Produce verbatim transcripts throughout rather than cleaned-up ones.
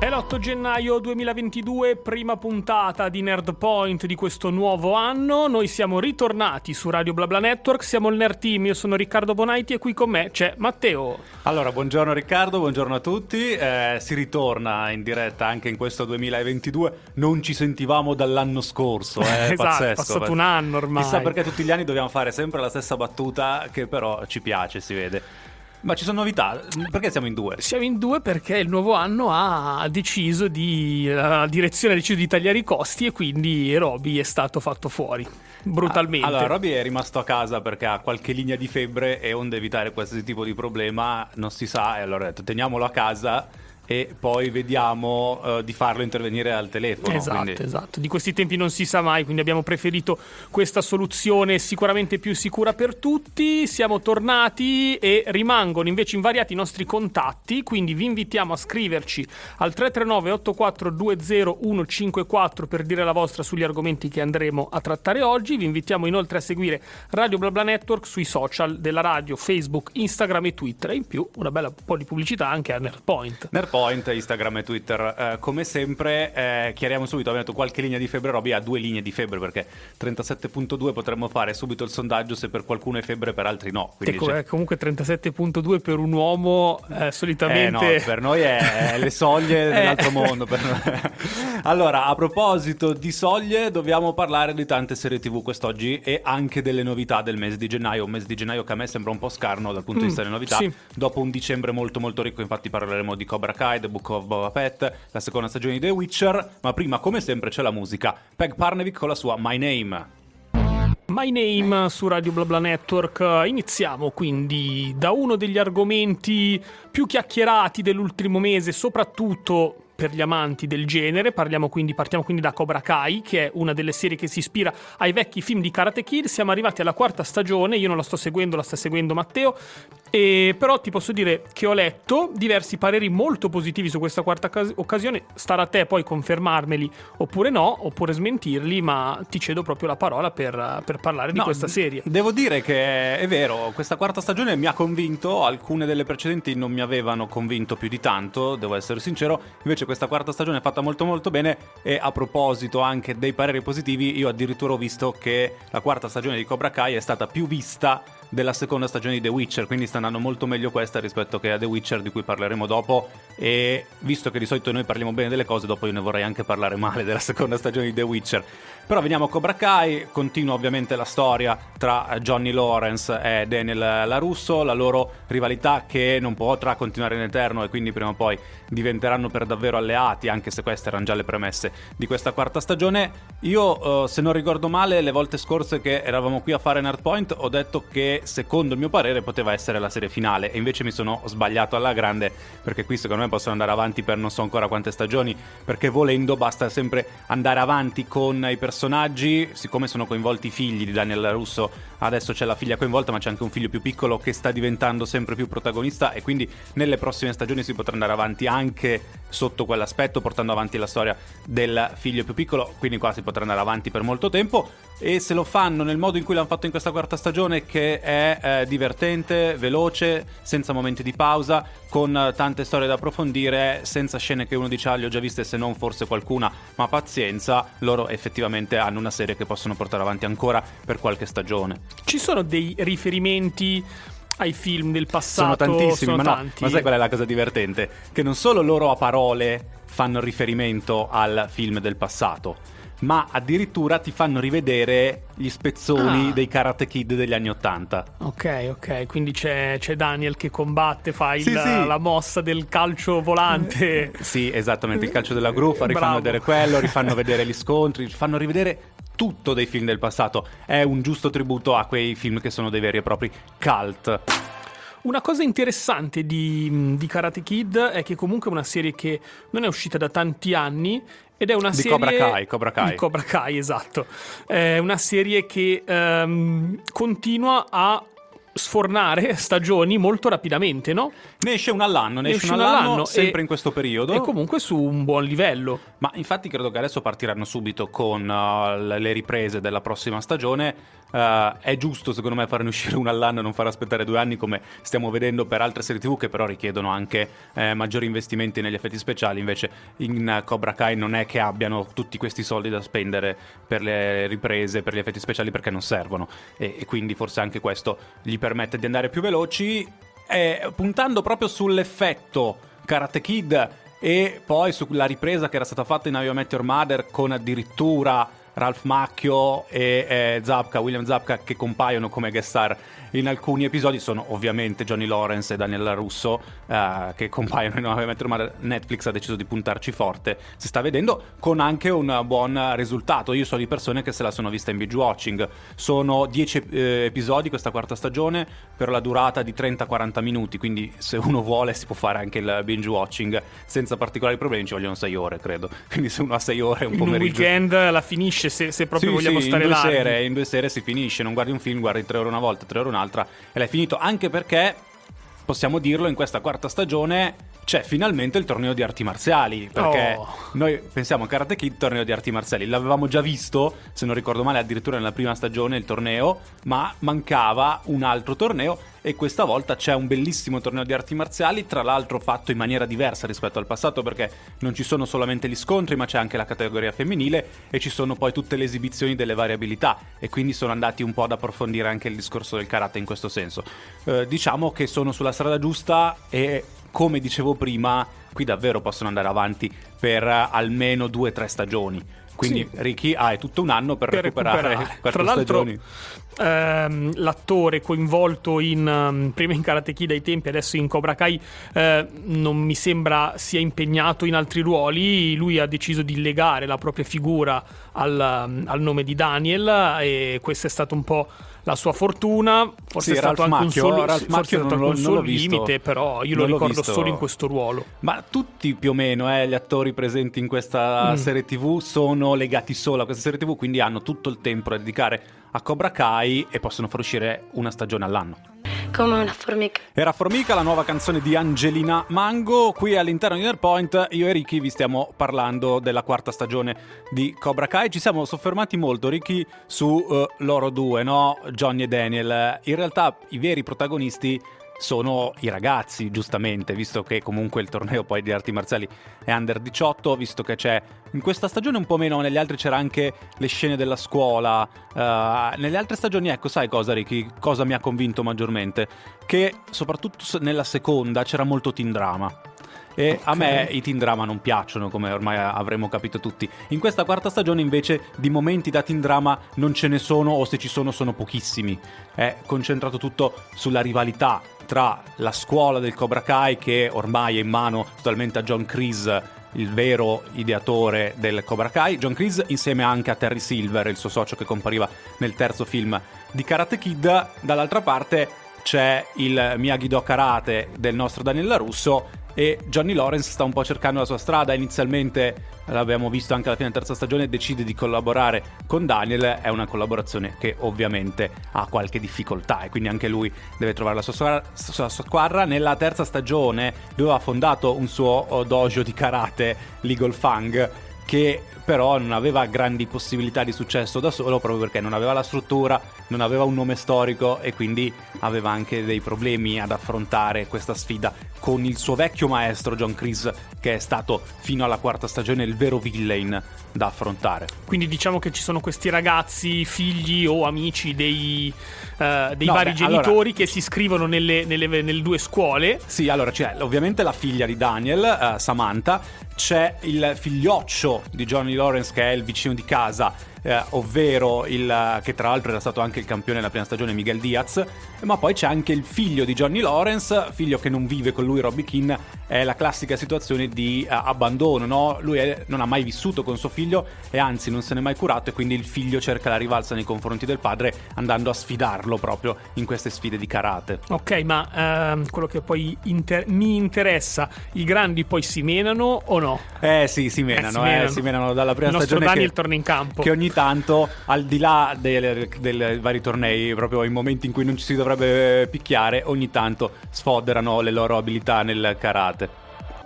È l'otto gennaio duemilaventidue, prima puntata di Nerd Point di questo nuovo anno. Noi siamo ritornati su Radio BlaBla Network, siamo il Nerd Team, io sono Riccardo Bonaiti e qui con me c'è Matteo. Allora, buongiorno Riccardo, buongiorno a tutti. Eh, si ritorna in diretta anche in questo duemilaventidue. Non ci sentivamo dall'anno scorso, eh, esatto, pazzesco. È passato un anno ormai. Chissà perché tutti gli anni dobbiamo fare sempre la stessa battuta, che però ci piace, si vede. Ma ci sono novità? Perché siamo in due? Siamo in due perché il nuovo anno ha deciso di... la direzione ha deciso di tagliare i costi e quindi Roby è stato fatto fuori, brutalmente. Allora, Roby è rimasto a casa perché ha qualche linea di febbre e onde evitare qualsiasi tipo di problema, non si sa, e allora ho detto teniamolo a casa e poi vediamo uh, di farlo intervenire al telefono. Esatto, quindi... esatto. Di questi tempi non si sa mai, quindi abbiamo preferito questa soluzione sicuramente più sicura per tutti. Siamo tornati e rimangono invece invariati i nostri contatti, quindi vi invitiamo a scriverci al tre tre nove otto quattro due zero uno cinque quattro per dire la vostra sugli argomenti che andremo a trattare oggi. Vi invitiamo inoltre a seguire Radio BlaBla Network sui social della radio, Facebook, Instagram e Twitter, e in più una bella po' di pubblicità anche a Nerdpoint. Nerdpoint Point, Instagram e Twitter. Eh, come sempre eh, chiariamo subito, abbiamo detto qualche linea di febbre. Roby ha due linee di febbre perché trentasette virgola due potremmo fare subito il sondaggio se per qualcuno è febbre, per altri no. Quindi ecco, eh, comunque trentasette virgola due per un uomo eh, solitamente... Eh no, per noi è, è le soglie dell'altro mondo. Per noi. Allora, a proposito di soglie, dobbiamo parlare di tante serie tivù quest'oggi e anche delle novità del mese di gennaio. Un mese di gennaio che a me sembra un po' scarno dal punto di vista mm, delle novità. Sì. Dopo un dicembre molto molto ricco, infatti parleremo di Cobra Kai, The Book of Boba Fett, la seconda stagione di The Witcher, ma prima come sempre c'è la musica. Peg Parnevik con la sua My Name. My Name su Radio BlaBla Network. Iniziamo quindi da uno degli argomenti più chiacchierati dell'ultimo mese, soprattutto per gli amanti del genere. Parliamo quindi, partiamo quindi da Cobra Kai, che è una delle serie che si ispira ai vecchi film di Karate Kid. Siamo arrivati alla quarta stagione, io non la sto seguendo, la sta seguendo Matteo, e però ti posso dire che ho letto diversi pareri molto positivi su questa quarta cas- occasione. Starà a te poi confermarmeli oppure no, oppure smentirli, ma ti cedo proprio la parola per, per parlare di no, questa serie. Devo dire che è vero, questa quarta stagione mi ha convinto, alcune delle precedenti non mi avevano convinto più di tanto, devo essere sincero. Invece questa quarta stagione è fatta molto molto bene. E a proposito anche dei pareri positivi, io addirittura ho visto che la quarta stagione di Cobra Kai è stata più vista della seconda stagione di The Witcher, quindi sta andando molto meglio questa rispetto che a The Witcher, di cui parleremo dopo. E visto che di solito noi parliamo bene delle cose, dopo io ne vorrei anche parlare male della seconda stagione di The Witcher. Però veniamo a Cobra Kai. Continua ovviamente la storia tra Johnny Lawrence e Daniel LaRusso, la loro rivalità che non potrà continuare in eterno e quindi prima o poi diventeranno per davvero alleati, anche se queste erano già le premesse di questa quarta stagione. Io, uh, se non ricordo male, le volte scorse che eravamo qui a fare Nerdpoint ho detto che secondo il mio parere poteva essere la serie finale, e invece mi sono sbagliato alla grande, perché qui secondo me possono andare avanti per non so ancora quante stagioni, perché volendo basta sempre andare avanti con i personaggi. Siccome sono coinvolti i figli di Daniel LaRusso, adesso c'è la figlia coinvolta, ma c'è anche un figlio più piccolo che sta diventando sempre più protagonista, e quindi nelle prossime stagioni si potrà andare avanti anche sotto quell'aspetto, portando avanti la storia del figlio più piccolo. Quindi qua si potrà andare avanti per molto tempo, e se lo fanno nel modo in cui l'hanno fatto in questa quarta stagione, che è eh, divertente, veloce, senza momenti di pausa, con eh, tante storie da approfondire, senza scene che uno dice ah, le ho già viste, se non forse qualcuna, ma pazienza, loro effettivamente hanno una serie che possono portare avanti ancora per qualche stagione. Ci sono dei riferimenti ai film del passato? Sono tantissimi, sono ma, tanti. No, ma sai qual è la cosa divertente? Che non solo loro a parole fanno riferimento al film del passato, ma addirittura ti fanno rivedere gli spezzoni ah. dei Karate Kid degli anni Ottanta. Ok, ok, quindi c'è, c'è Daniel che combatte, fa il, sì, sì. la mossa del calcio volante. Sì, esattamente, il calcio della gru, rifanno Bravo. vedere quello, rifanno vedere gli scontri, fanno rivedere tutto dei film del passato. È un giusto tributo a quei film che sono dei veri e propri cult. Una cosa interessante di, di Karate Kid è che comunque è una serie che non è uscita da tanti anni, ed è una di serie Cobra Kai, Cobra Kai. Di Cobra Kai, esatto. È una serie che um, continua a sfornare stagioni molto rapidamente, no? Ne esce una all'anno, ne, Ne esce esce una una all'anno, all'anno sempre e- in questo periodo. E comunque su un buon livello. Ma infatti credo che adesso partiranno subito con uh, le riprese della prossima stagione. Uh, è giusto secondo me farne uscire una all'anno e non far aspettare due anni come stiamo vedendo per altre serie tv che però richiedono anche eh, maggiori investimenti negli effetti speciali. Invece in uh, Cobra Kai non è che abbiano tutti questi soldi da spendere per le riprese, per gli effetti speciali, perché non servono, e, e quindi forse anche questo gli permette di andare più veloci, eh, puntando proprio sull'effetto Karate Kid e poi sulla ripresa che era stata fatta in How I Met Your Mother, con addirittura Ralph Macchio e eh, Zabka, William Zabka, che compaiono come guest star in alcuni episodi. Sono ovviamente Johnny Lawrence e Daniel LaRusso eh, che compaiono in How I Met Your Mother. Netflix ha deciso di puntarci forte, si sta vedendo, con anche un buon risultato. Io so di persone che se la sono vista in binge watching. Sono dieci eh, episodi questa quarta stagione per la durata di trenta quaranta minuti, quindi se uno vuole si può fare anche il binge watching senza particolari problemi. Ci vogliono sei ore credo, quindi se uno ha sei ore un In un pomeriggio weekend la finisce, se, se proprio sì, vogliamo sì, stare in due larghi. sere, in due sere si finisce. Non guardi un film, guardi tre ore una volta, tre ore un'altra e l'hai finito. Anche perché, possiamo dirlo, in questa quarta stagione c'è finalmente il torneo di arti marziali, perché Oh. noi pensiamo a Karate Kid, torneo di arti marziali, l'avevamo già visto, se non ricordo male, addirittura nella prima stagione il torneo, ma mancava un altro torneo e questa volta c'è un bellissimo torneo di arti marziali, tra l'altro fatto in maniera diversa rispetto al passato, perché non ci sono solamente gli scontri, ma c'è anche la categoria femminile e ci sono poi tutte le esibizioni delle varie abilità, e quindi sono andati un po' ad approfondire anche il discorso del karate in questo senso. Eh, diciamo che sono sulla strada giusta e, come dicevo prima, qui davvero possono andare avanti per uh, almeno due o tre stagioni. Quindi Sì. Ricky hai ah, tutto un anno per, Per recuperare, recuperare. quattro Tra l'altro, stagioni. ehm, l'attore coinvolto in um, prima in Karate Kid ai tempi, adesso in Cobra Kai, eh, non mi sembra sia impegnato in altri ruoli. Lui ha deciso di legare la propria figura al, um, al nome di Daniel, e questa è stata un po' la sua fortuna. Forse Sì, è stato Ralph anche Macchio, un suo, Ralph sì, forse Macchio è stato non anche l'ho- un non suo l'ho visto. limite, però io lo Non l'ho ricordo visto. solo in questo ruolo. Ma tutti più o meno eh, gli attori presenti in questa Mm. serie tv sono legati solo a questa serie tv, quindi hanno tutto il tempo da dedicare a Cobra Kai e possono far uscire una stagione all'anno. Come una formica. Era Formica, la nuova canzone di Angelina Mango. Qui all'interno di Nerdpoint io e Ricky vi stiamo parlando della quarta stagione di Cobra Kai. Ci siamo soffermati molto, Ricky, su uh, loro due, no? Johnny e Daniel. In realtà i veri protagonisti sono i ragazzi, giustamente, visto che comunque il torneo poi di arti marziali è under diciotto, visto che c'è in questa stagione un po' meno, negli altri c'era anche le scene della scuola. Uh, nelle altre stagioni, ecco, sai cosa, Ricky? Cosa mi ha convinto maggiormente? Che soprattutto nella seconda c'era molto teen drama. E okay. A me i teen drama non piacciono, come ormai avremmo capito tutti. In questa quarta stagione invece di momenti da teen drama non ce ne sono, o se ci sono sono pochissimi. È concentrato tutto sulla rivalità tra la scuola del Cobra Kai, che ormai è in mano totalmente a John Kreese, il vero ideatore del Cobra Kai. John Kreese insieme anche a Terry Silver, il suo socio che compariva nel terzo film di Karate Kid. Dall'altra parte c'è il Miyagi-Do Karate del nostro Daniel LaRusso, e Johnny Lawrence sta un po' cercando la sua strada. Inizialmente, l'abbiamo visto anche alla fine della terza stagione, decide di collaborare con Daniel. È una collaborazione che ovviamente ha qualche difficoltà e quindi anche lui deve trovare la sua, sua, sua squadra. Nella terza stagione lui aveva fondato un suo dojo di karate, Legal Fang, che però non aveva grandi possibilità di successo da solo, proprio perché non aveva la struttura, non aveva un nome storico e quindi aveva anche dei problemi ad affrontare questa sfida con il suo vecchio maestro John Kreese, che è stato fino alla quarta stagione il vero villain da affrontare. Quindi diciamo che ci sono questi ragazzi, figli o amici dei, uh, dei no, vari beh, genitori allora, che si iscrivono nelle, nelle, nelle due scuole. Sì, allora c'è ovviamente la figlia di Daniel, uh, Samantha, c'è il figlioccio di Johnny Lawrence che è il vicino di casa, eh, ovvero il che tra l'altro era stato anche il campione nella prima stagione, Miguel Diaz, ma poi c'è anche il figlio di Johnny Lawrence, figlio che non vive con lui, Robbie Keane, è la classica situazione di uh, abbandono, no? Lui è, non ha mai vissuto con suo figlio e anzi non se n'è mai curato, e quindi il figlio cerca la rivalsa nei confronti del padre andando a sfidarlo proprio in queste sfide di karate. Ok, ma ehm, quello che poi inter- mi interessa, i grandi poi si menano o no? Eh sì, si menano, eh, si, menano. Eh, si menano dalla prima il stagione. Daniel che, torna in campo. Che ogni tanto, al di là dei vari tornei, proprio in momenti in cui non ci si dovrebbe picchiare, ogni tanto sfoderano le loro abilità nel karate.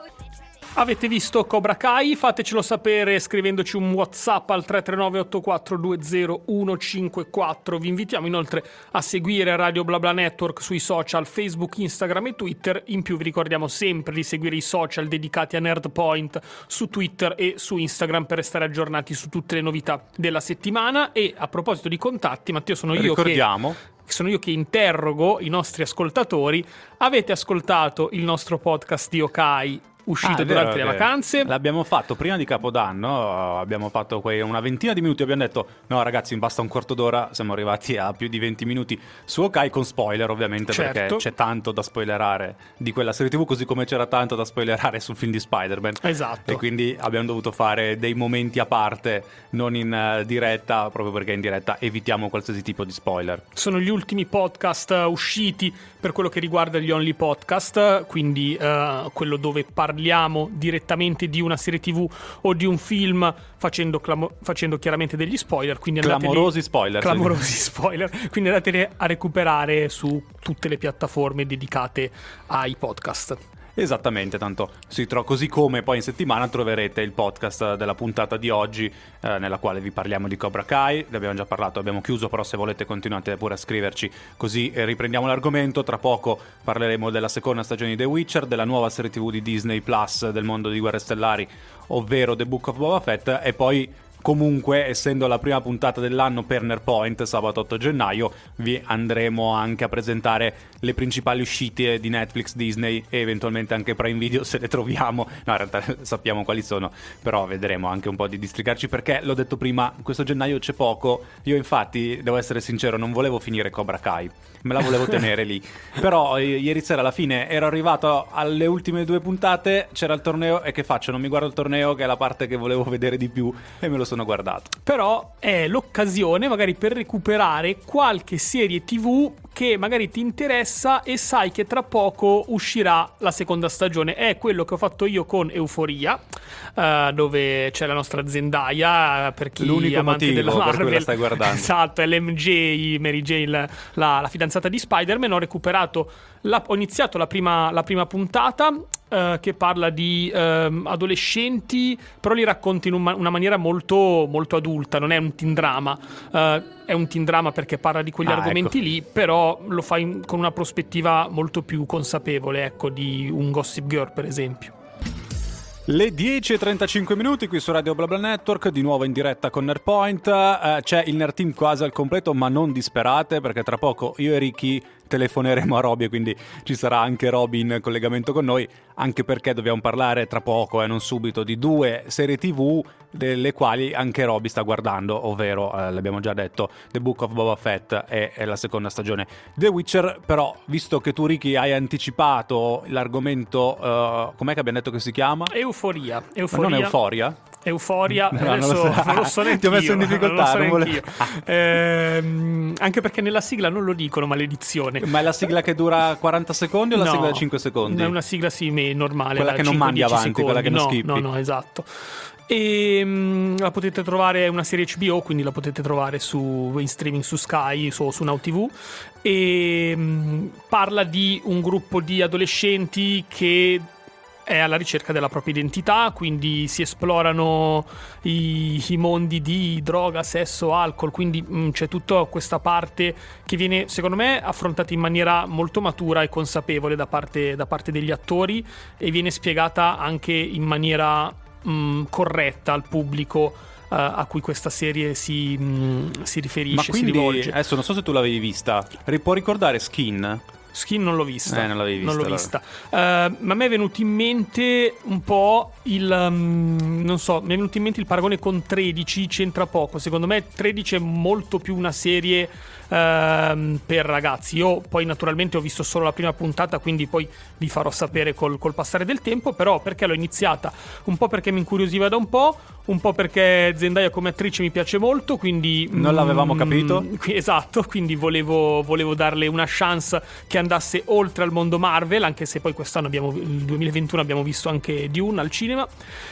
Avete visto Cobra Kai? Fatecelo sapere scrivendoci un WhatsApp al tre tre nove otto quattro due zero uno cinque quattro. Vi invitiamo inoltre a seguire Radio BlaBla Network sui social Facebook, Instagram e Twitter. In più vi ricordiamo sempre di seguire i social dedicati a Nerdpoint su Twitter e su Instagram per restare aggiornati su tutte le novità della settimana. E a proposito di contatti, Matteo, sono io Ricordiamo. che... sono io che interrogo i nostri ascoltatori. Avete ascoltato il nostro podcast di Okai uscito ah, durante le vacanze? L'abbiamo fatto prima di Capodanno, abbiamo fatto quei una ventina di minuti, abbiamo detto no ragazzi basta un quarto d'ora, siamo arrivati a più di venti minuti su Okai, con spoiler ovviamente, certo, perché c'è tanto da spoilerare di quella serie tv, così come c'era tanto da spoilerare sul film di Spider-Man. Esatto. E quindi abbiamo dovuto fare dei momenti a parte, non in uh, diretta, proprio perché in diretta evitiamo qualsiasi tipo di spoiler. Sono gli ultimi podcast uh, usciti per quello che riguarda gli Only Podcast, quindi uh, quello dove parliamo direttamente di una serie tv o di un film facendo, clamo- facendo chiaramente degli spoiler, quindi clamorosi spoiler clamorosi spoiler quindi andate a recuperare su tutte le piattaforme dedicate ai podcast. Esattamente, tanto si trova, così come poi in settimana troverete il podcast della puntata di oggi eh, nella quale vi parliamo di Cobra Kai. Ne abbiamo già parlato, abbiamo chiuso, però se volete continuate pure a scriverci, così eh, riprendiamo l'argomento. Tra poco parleremo della seconda stagione di The Witcher, della nuova serie tv di Disney Plus del mondo di Guerre Stellari, ovvero The Book of Boba Fett, e poi comunque, essendo la prima puntata dell'anno per Nerdpoint, sabato otto gennaio, vi andremo anche a presentare le principali uscite di Netflix, Disney e eventualmente anche Prime Video se le troviamo. No, in realtà sappiamo quali sono, però vedremo anche un po' di districarci, perché l'ho detto prima, questo gennaio c'è poco. Io infatti, devo essere sincero, non volevo finire Cobra Kai, me la volevo tenere lì. Però i- ieri sera alla fine ero arrivato alle ultime due puntate, c'era il torneo e che faccio? Non mi guardo il torneo, che è la parte che volevo vedere di più, e me lo sono guardato. Però è l'occasione magari per recuperare qualche serie tv che magari ti interessa e sai che tra poco uscirà la seconda stagione. È quello che ho fatto io con Euphoria, uh, dove c'è la nostra Zendaya, per chi l'unico è amante motivo della Marvel, per cui la stai guardando. Esatto, è l'M J, Mary Jane, la, la, la fidanzata di Spider-Man. Ho recuperato la, ho iniziato la prima, la prima puntata, uh, che parla di uh, adolescenti, però li racconta in un, una maniera molto, molto adulta, non è un teen drama. Uh, è un teen drama perché parla di quegli ah, argomenti ecco. lì, però lo fa in, con una prospettiva molto più consapevole, ecco, di un Gossip Girl per esempio. Le dieci e trentacinque minuti qui su Radio BlaBla Network, di nuovo in diretta con Nerdpoint. Eh, c'è il Nerd Team quasi al completo, ma non disperate, perché tra poco io e Ricky telefoneremo a Roby e quindi ci sarà anche Roby in collegamento con noi, anche perché dobbiamo parlare tra poco e eh, non subito di due serie tv delle quali anche Roby sta guardando, ovvero eh, l'abbiamo già detto, The Book of Boba Fett e, e la seconda stagione The Witcher. Però visto che tu Ricky hai anticipato l'argomento, uh, com'è che abbiamo detto che si chiama? Euforia, Euforia. Ma non Euforia? Euforia, no, adesso non lo so, non lo so neanch'io. Ti ho messo in difficoltà, non lo so non neanch'io. ehm, anche perché nella sigla non lo dicono, maledizione. Ma è la sigla che dura quaranta secondi o la no, sigla da cinque secondi? È una sigla sì, normale, quella che non mandi avanti, secondi. Quella che non no, skippi. No, no, esatto. E um, la potete trovare, è una serie H B O, quindi la potete trovare su in streaming su Sky o su Now T V. E um, parla di un gruppo di adolescenti che è alla ricerca della propria identità, quindi si esplorano i, i mondi di droga, sesso, alcol, quindi mh, c'è tutta questa parte che viene, secondo me, affrontata in maniera molto matura e consapevole da parte, da parte degli attori, e viene spiegata anche in maniera mh, corretta al pubblico uh, a cui questa serie si, mh, si riferisce, Ma quindi, si rivolge. adesso non so se tu l'avevi vista, può ricordare Skin? Skin non l'ho vista, eh, non l'avevi vista, non l'ho allora. vista. Uh, ma a me è venuto in mente un po' il um, non so, mi è venuto in mente il paragone con tredici, c'entra poco. Secondo me tredici è molto più una serie uh, per ragazzi. Io poi naturalmente ho visto solo la prima puntata, quindi poi vi farò sapere col, col passare del tempo. Però perché l'ho iniziata? Un po' perché mi incuriosiva da un po', un po' perché Zendaya come attrice mi piace molto, quindi non l'avevamo mm, capito. Esatto, quindi volevo, volevo darle una chance che andasse oltre al mondo Marvel, anche se poi quest'anno abbiamo, il duemilaventuno abbiamo visto anche Dune al cinema,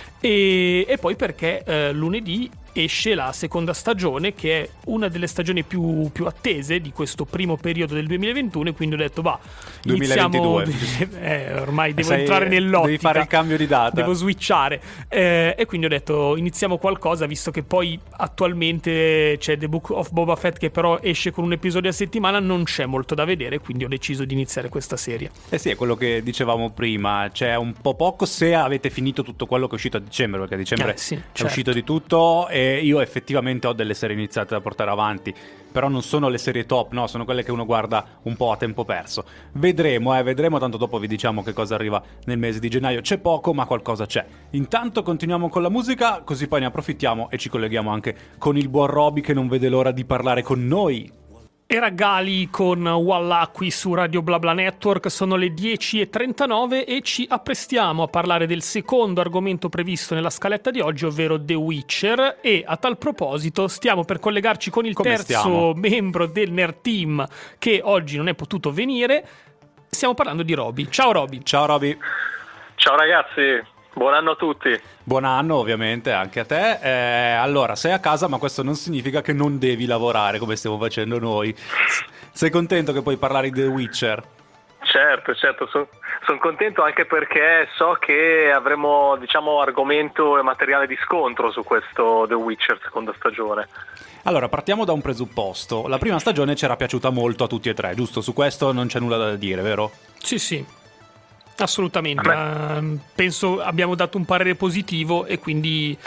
e, e poi perché eh, lunedì esce la seconda stagione, che è una delle stagioni più, più attese di questo primo periodo del duemilaventuno, e quindi ho detto va, iniziamo duemilaventidue eh, ormai devo Sei, entrare nell'ottica, devi fare il cambio di data, devo switchare, eh, e quindi ho detto iniziamo qualcosa, visto che poi attualmente c'è The Book of Boba Fett che però esce con un episodio a settimana, non c'è molto da vedere, quindi ho deciso di iniziare questa serie. Eh sì, è quello che dicevamo prima, c'è un po' poco se avete finito tutto quello che è uscito a dicembre, perché a dicembre Eh, sì, è certo. uscito di tutto, e io effettivamente ho delle serie iniziate da portare avanti, però non sono le serie top, no, sono quelle che uno guarda un po' a tempo perso. Vedremo, eh, vedremo, tanto dopo vi diciamo che cosa arriva nel mese di gennaio. C'è poco, ma qualcosa c'è. Intanto continuiamo con la musica, così poi ne approfittiamo e ci colleghiamo anche con il buon Roby, che non vede l'ora di parlare con noi. Era Gali con Wallah qui su Radio BlaBla Network, sono le dieci e trentanove e ci apprestiamo a parlare del secondo argomento previsto nella scaletta di oggi, ovvero The Witcher, e a tal proposito stiamo per collegarci con il Come terzo stiamo? membro del Nerd Team che oggi non è potuto venire. Stiamo parlando di Roby. Ciao Roby. Ciao Roby. Ciao ragazzi, buon anno a tutti. Buon anno ovviamente anche a te. Eh, allora, sei a casa, ma questo non significa che non devi lavorare come stiamo facendo noi. Sei contento che puoi parlare di The Witcher? Certo, certo, sono son contento anche perché so che avremo, diciamo, argomento e materiale di scontro su questo The Witcher seconda stagione. Allora, partiamo da un presupposto. La prima stagione ci era piaciuta molto a tutti e tre, giusto? Su questo non c'è nulla da dire, vero? Sì, sì. Assolutamente. Uh, penso abbiamo dato un parere positivo e quindi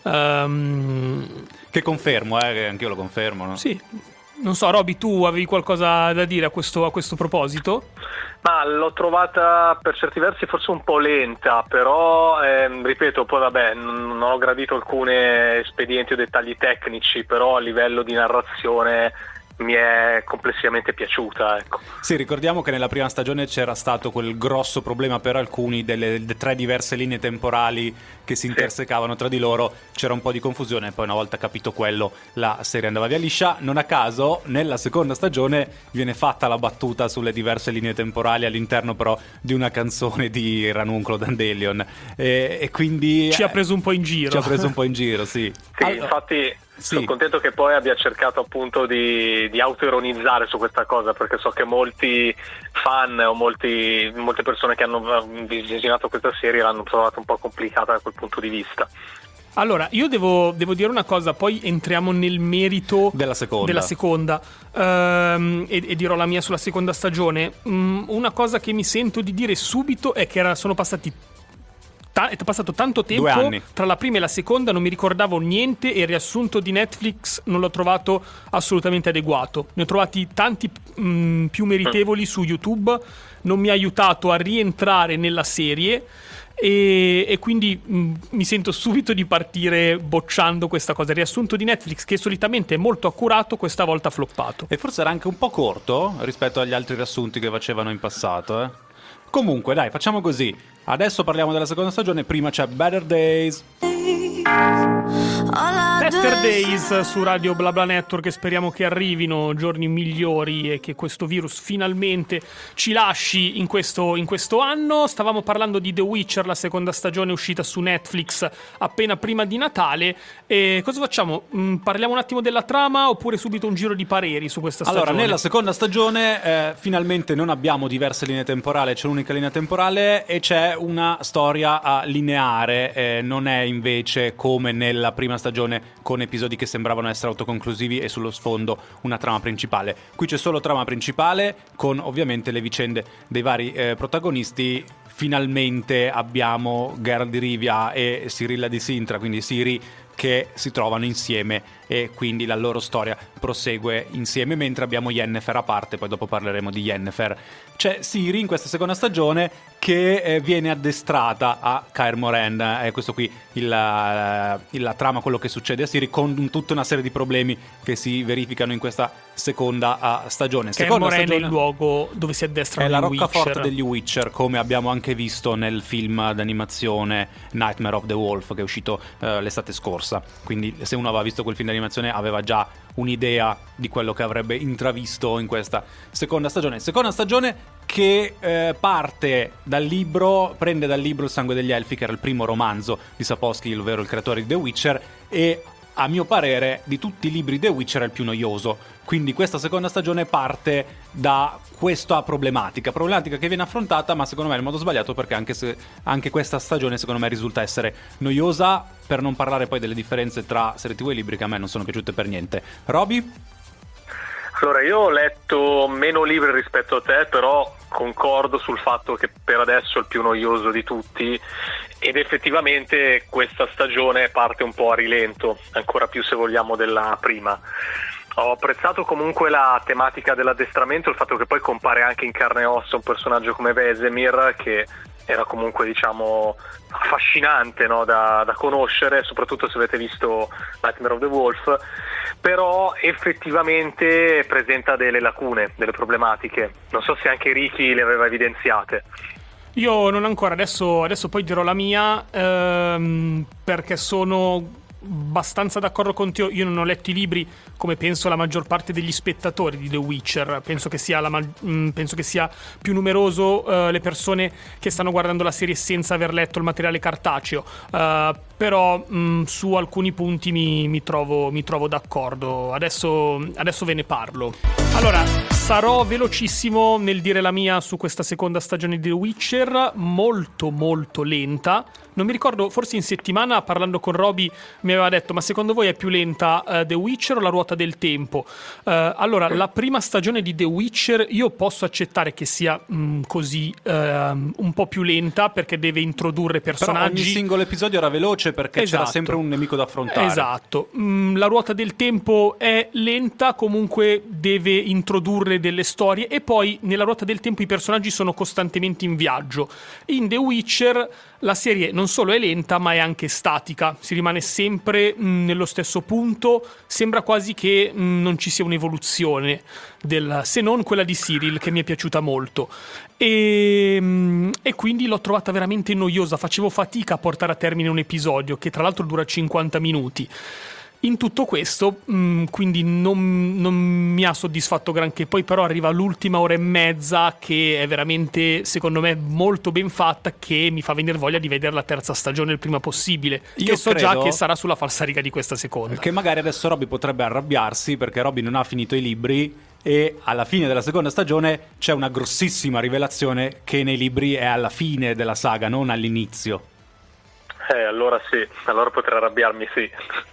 um... che confermo, eh, che anch'io lo confermo, no? Sì. Non so, Roby, tu avevi qualcosa da dire a questo, a questo proposito? Ma l'ho trovata per certi versi forse un po' lenta, però ehm, ripeto, poi vabbè, non, non ho gradito alcuni espedienti o dettagli tecnici, però a livello di narrazione mi è complessivamente piaciuta, ecco. Sì, ricordiamo che nella prima stagione c'era stato quel grosso problema per alcuni delle, delle tre diverse linee temporali che si intersecavano tra di loro, c'era un po' di confusione, e poi una volta capito quello la serie andava via liscia. Non a caso nella seconda stagione viene fatta la battuta sulle diverse linee temporali all'interno però di una canzone di Ranuncolo Dandelion, e, e quindi ci ha preso un po' in giro. Ci ha preso un po' in giro, sì. Sì, allora, infatti sì. Sono contento che poi abbia cercato appunto di, di autoironizzare su questa cosa, perché so che molti fan o molti, molte persone che hanno visionato questa serie l'hanno trovata un po' complicata da quel punto di vista. Allora, io devo, devo dire una cosa, poi entriamo nel merito della seconda, della seconda um, e, e dirò la mia sulla seconda stagione. Um, una cosa che mi sento di dire subito è che era, sono passati ta- è passato tanto tempo tra la prima e la seconda, non mi ricordavo niente e il riassunto di Netflix non l'ho trovato assolutamente adeguato. Ne ho trovati tanti um, più meritevoli su YouTube, non mi ha aiutato a rientrare nella serie. E, e quindi mh, mi sento subito di partire bocciando questa cosa. Il riassunto di Netflix, che solitamente è molto accurato, questa volta ha floppato. E forse era anche un po' corto rispetto agli altri riassunti che facevano in passato, eh? Comunque dai, facciamo così. Adesso parliamo della seconda stagione, prima c'è Better Days. Better Days su Radio BlaBla Network, e speriamo che arrivino giorni migliori e che questo virus finalmente ci lasci in questo, in questo anno. Stavamo parlando di The Witcher, la seconda stagione uscita su Netflix appena prima di Natale. E cosa facciamo? Mm, parliamo un attimo della trama oppure subito un giro di pareri su questa stagione? Allora, nella seconda stagione eh, finalmente non abbiamo diverse linee temporali, c'è un'unica linea temporale e c'è una storia a lineare, eh, non è invece come nella prima stagione con episodi che sembravano essere autoconclusivi e sullo sfondo una trama principale. Qui c'è solo trama principale con ovviamente le vicende dei vari eh, protagonisti. Finalmente abbiamo Geralt di Rivia e Cyrilla di Sintra, quindi Ciri, che si trovano insieme e quindi la loro storia prosegue insieme, mentre abbiamo Yennefer a parte, poi dopo parleremo di Yennefer. C'è Ciri in questa seconda stagione che eh, viene addestrata a Kaer Morhen, e eh, questo qui il, la, la trama, quello che succede a Ciri, con tutta una serie di problemi che si verificano in questa seconda uh, stagione. Kaer Morhen è il luogo dove si addestrano è la i roccaforte Witcher. degli Witcher, come abbiamo anche visto nel film d'animazione Nightmare of the Wolf, che è uscito uh, l'estate scorsa. Quindi se uno aveva visto quel film d'animazione aveva già un'idea di quello che avrebbe intravisto in questa seconda stagione. Seconda stagione che eh, parte dal libro, prende dal libro Il sangue degli elfi, che era il primo romanzo di Sapkowski, ovvero il creatore di The Witcher, e a mio parere di tutti i libri The Witcher è il più noioso. Quindi questa seconda stagione parte da questa problematica, problematica che viene affrontata, ma secondo me in modo sbagliato, perché anche, se, anche questa stagione secondo me risulta essere noiosa, per non parlare poi delle differenze tra serie tivù e libri che a me non sono piaciute per niente. Roby? Allora, io ho letto meno libri rispetto a te, però concordo sul fatto che per adesso è il più noioso di tutti, ed effettivamente questa stagione parte un po' a rilento, ancora più se vogliamo della prima. Ho apprezzato comunque la tematica dell'addestramento, il fatto che poi compare anche in carne e ossa un personaggio come Vesemir, che era comunque, diciamo, affascinante, no, da, da conoscere, soprattutto se avete visto Nightmare of the Wolf, però effettivamente presenta delle lacune, delle problematiche. Non so se anche Ricky le aveva evidenziate. Io non ancora, adesso, adesso poi dirò la mia, ehm, perché sono abbastanza d'accordo con te. Io non ho letto i libri, come penso la maggior parte degli spettatori di The Witcher. Penso che sia, la ma- penso che sia più numeroso uh, le persone che stanno guardando la serie senza aver letto il materiale cartaceo, uh, però mh, su alcuni punti mi, mi, trovo, mi trovo d'accordo. Adesso, adesso ve ne parlo. Allora, sarò velocissimo nel dire la mia su questa seconda stagione di The Witcher, molto molto lenta. Non mi ricordo, forse in settimana parlando con Roby mi aveva detto: ma secondo voi è più lenta uh, The Witcher o La Ruota del Tempo? Uh, allora, la prima stagione di The Witcher io posso accettare che sia mh, così uh, un po' più lenta, perché deve introdurre personaggi. Però ogni singolo episodio era veloce, perché esatto. c'era sempre un nemico da affrontare. Esatto. Mm, La Ruota del Tempo è lenta, comunque deve introdurre delle storie, e poi nella Ruota del Tempo i personaggi sono costantemente in viaggio. In The Witcher la serie non solo è lenta, ma è anche statica, si rimane sempre mh, nello stesso punto, sembra quasi che mh, non ci sia un'evoluzione del, se non quella di Cyril, che mi è piaciuta molto, e, mh, e quindi l'ho trovata veramente noiosa, facevo fatica a portare a termine un episodio che tra l'altro dura cinquanta minuti. In tutto questo, mh, quindi non, non mi ha soddisfatto granché. Poi però arriva l'ultima ora e mezza, che è veramente, secondo me, molto ben fatta, che mi fa venire voglia di vedere la terza stagione il prima possibile. Io che so già che sarà sulla falsariga di questa seconda. Che magari adesso Robby potrebbe arrabbiarsi, perché Robby non ha finito i libri, e alla fine della seconda stagione c'è una grossissima rivelazione che nei libri è alla fine della saga, non all'inizio. Eh, allora sì, allora potrei arrabbiarmi, sì.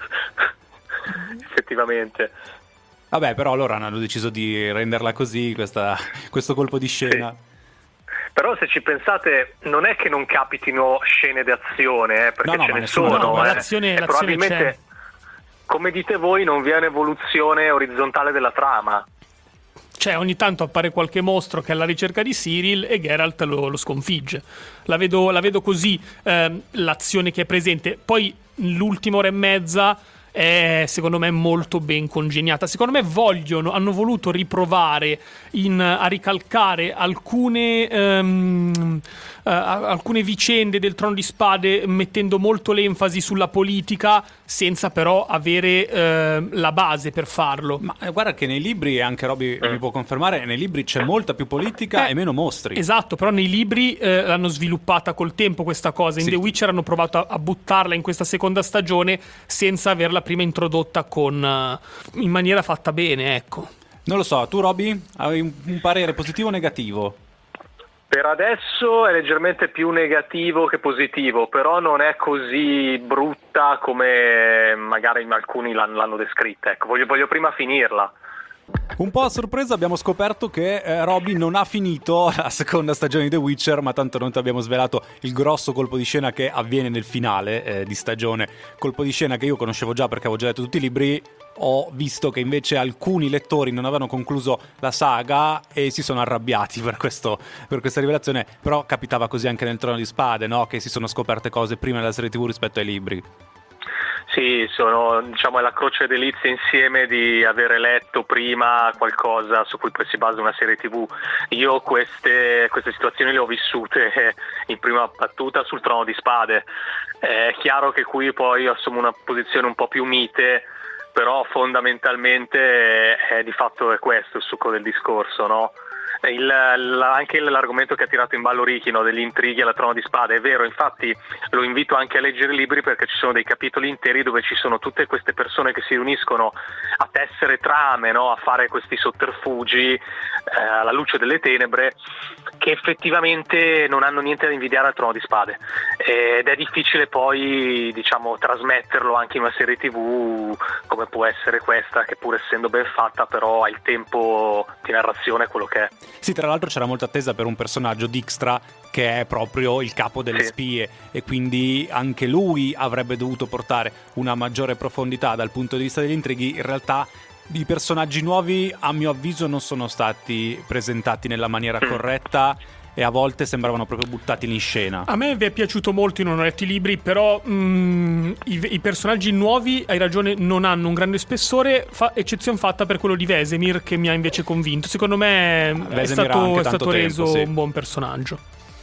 Effettivamente. Vabbè, però allora hanno deciso di renderla così, questa, questo colpo di scena. Sì. Però se ci pensate, non è che non capitino scene d'azione, eh, perché no, no, ce ne nessuno, sono. no, ma eh. l'azione, e l'azione probabilmente, c'è. Come dite voi, non vi è un'evoluzione orizzontale della trama. Cioè, ogni tanto appare qualche mostro che è alla ricerca di Cyril e Geralt lo, lo sconfigge. La vedo, la vedo così, ehm, l'azione che è presente. Poi l'ultima ora e mezza è, secondo me, molto ben congegnata. Secondo me vogliono, hanno voluto riprovare in, a ricalcare alcune ehm, uh, alcune vicende del Trono di Spade, mettendo molto l'enfasi sulla politica, senza però avere eh, la base per farlo. Ma eh, guarda che nei libri, anche Robby mi può confermare, nei libri c'è molta più politica eh, e meno mostri. Esatto, però nei libri eh, l'hanno sviluppata col tempo questa cosa. In sì. The Witcher hanno provato a, a buttarla in questa seconda stagione senza averla prima introdotta con uh, in maniera fatta bene, ecco. Non lo so, tu Robby hai un, un parere positivo o negativo? Per adesso è leggermente più negativo che positivo, però non è così brutta come magari alcuni l'hanno, l'hanno descritta. Ecco, voglio, voglio prima finirla. Un po' a sorpresa abbiamo scoperto che eh, Roby non ha finito la seconda stagione di The Witcher, ma tanto non ti abbiamo svelato il grosso colpo di scena che avviene nel finale eh, di stagione. Colpo di scena che io conoscevo già perché avevo già letto tutti i libri. Ho visto che invece alcuni lettori non avevano concluso la saga e si sono arrabbiati per, questo, per questa rivelazione. Però capitava così anche nel Trono di Spade, no? Che si sono scoperte cose prima della serie tivù rispetto ai libri. Sì, sono, diciamo, è la croce delizia insieme di avere letto prima qualcosa su cui poi si basa una serie tivù. Io queste, queste situazioni le ho vissute in prima battuta sul Trono di Spade. È chiaro che qui poi assumo una posizione un po' più mite, però fondamentalmente è, di fatto è questo il succo del discorso, no? Il, la, anche l'argomento che ha tirato in ballo Ricky, no, degli intrighi alla Trono di Spade, è vero, infatti lo invito anche a leggere i libri perché ci sono dei capitoli interi dove ci sono tutte queste persone che si riuniscono a tessere trame, no, a fare questi sotterfugi eh, alla luce delle tenebre, che effettivamente non hanno niente da invidiare al Trono di Spade, ed è difficile poi, diciamo, trasmetterlo anche in una serie tivù come può essere questa, che pur essendo ben fatta però ha il tempo di narrazione quello che è. Sì, tra l'altro c'era molta attesa per un personaggio, Dijkstra, che è proprio il capo delle sì. spie, e quindi anche lui avrebbe dovuto portare una maggiore profondità dal punto di vista degli intrighi. In realtà i personaggi nuovi, a mio avviso, non sono stati presentati nella maniera mm. corretta e a volte sembravano proprio buttati in scena. A me vi è piaciuto molto, io non ho letto i libri, però mh, i, i personaggi nuovi, hai ragione, non hanno un grande spessore, fa, eccezione fatta per quello di Vesemir, che mi ha invece convinto. Secondo me ah, è stato, è stato reso tempo, sì. un buon personaggio.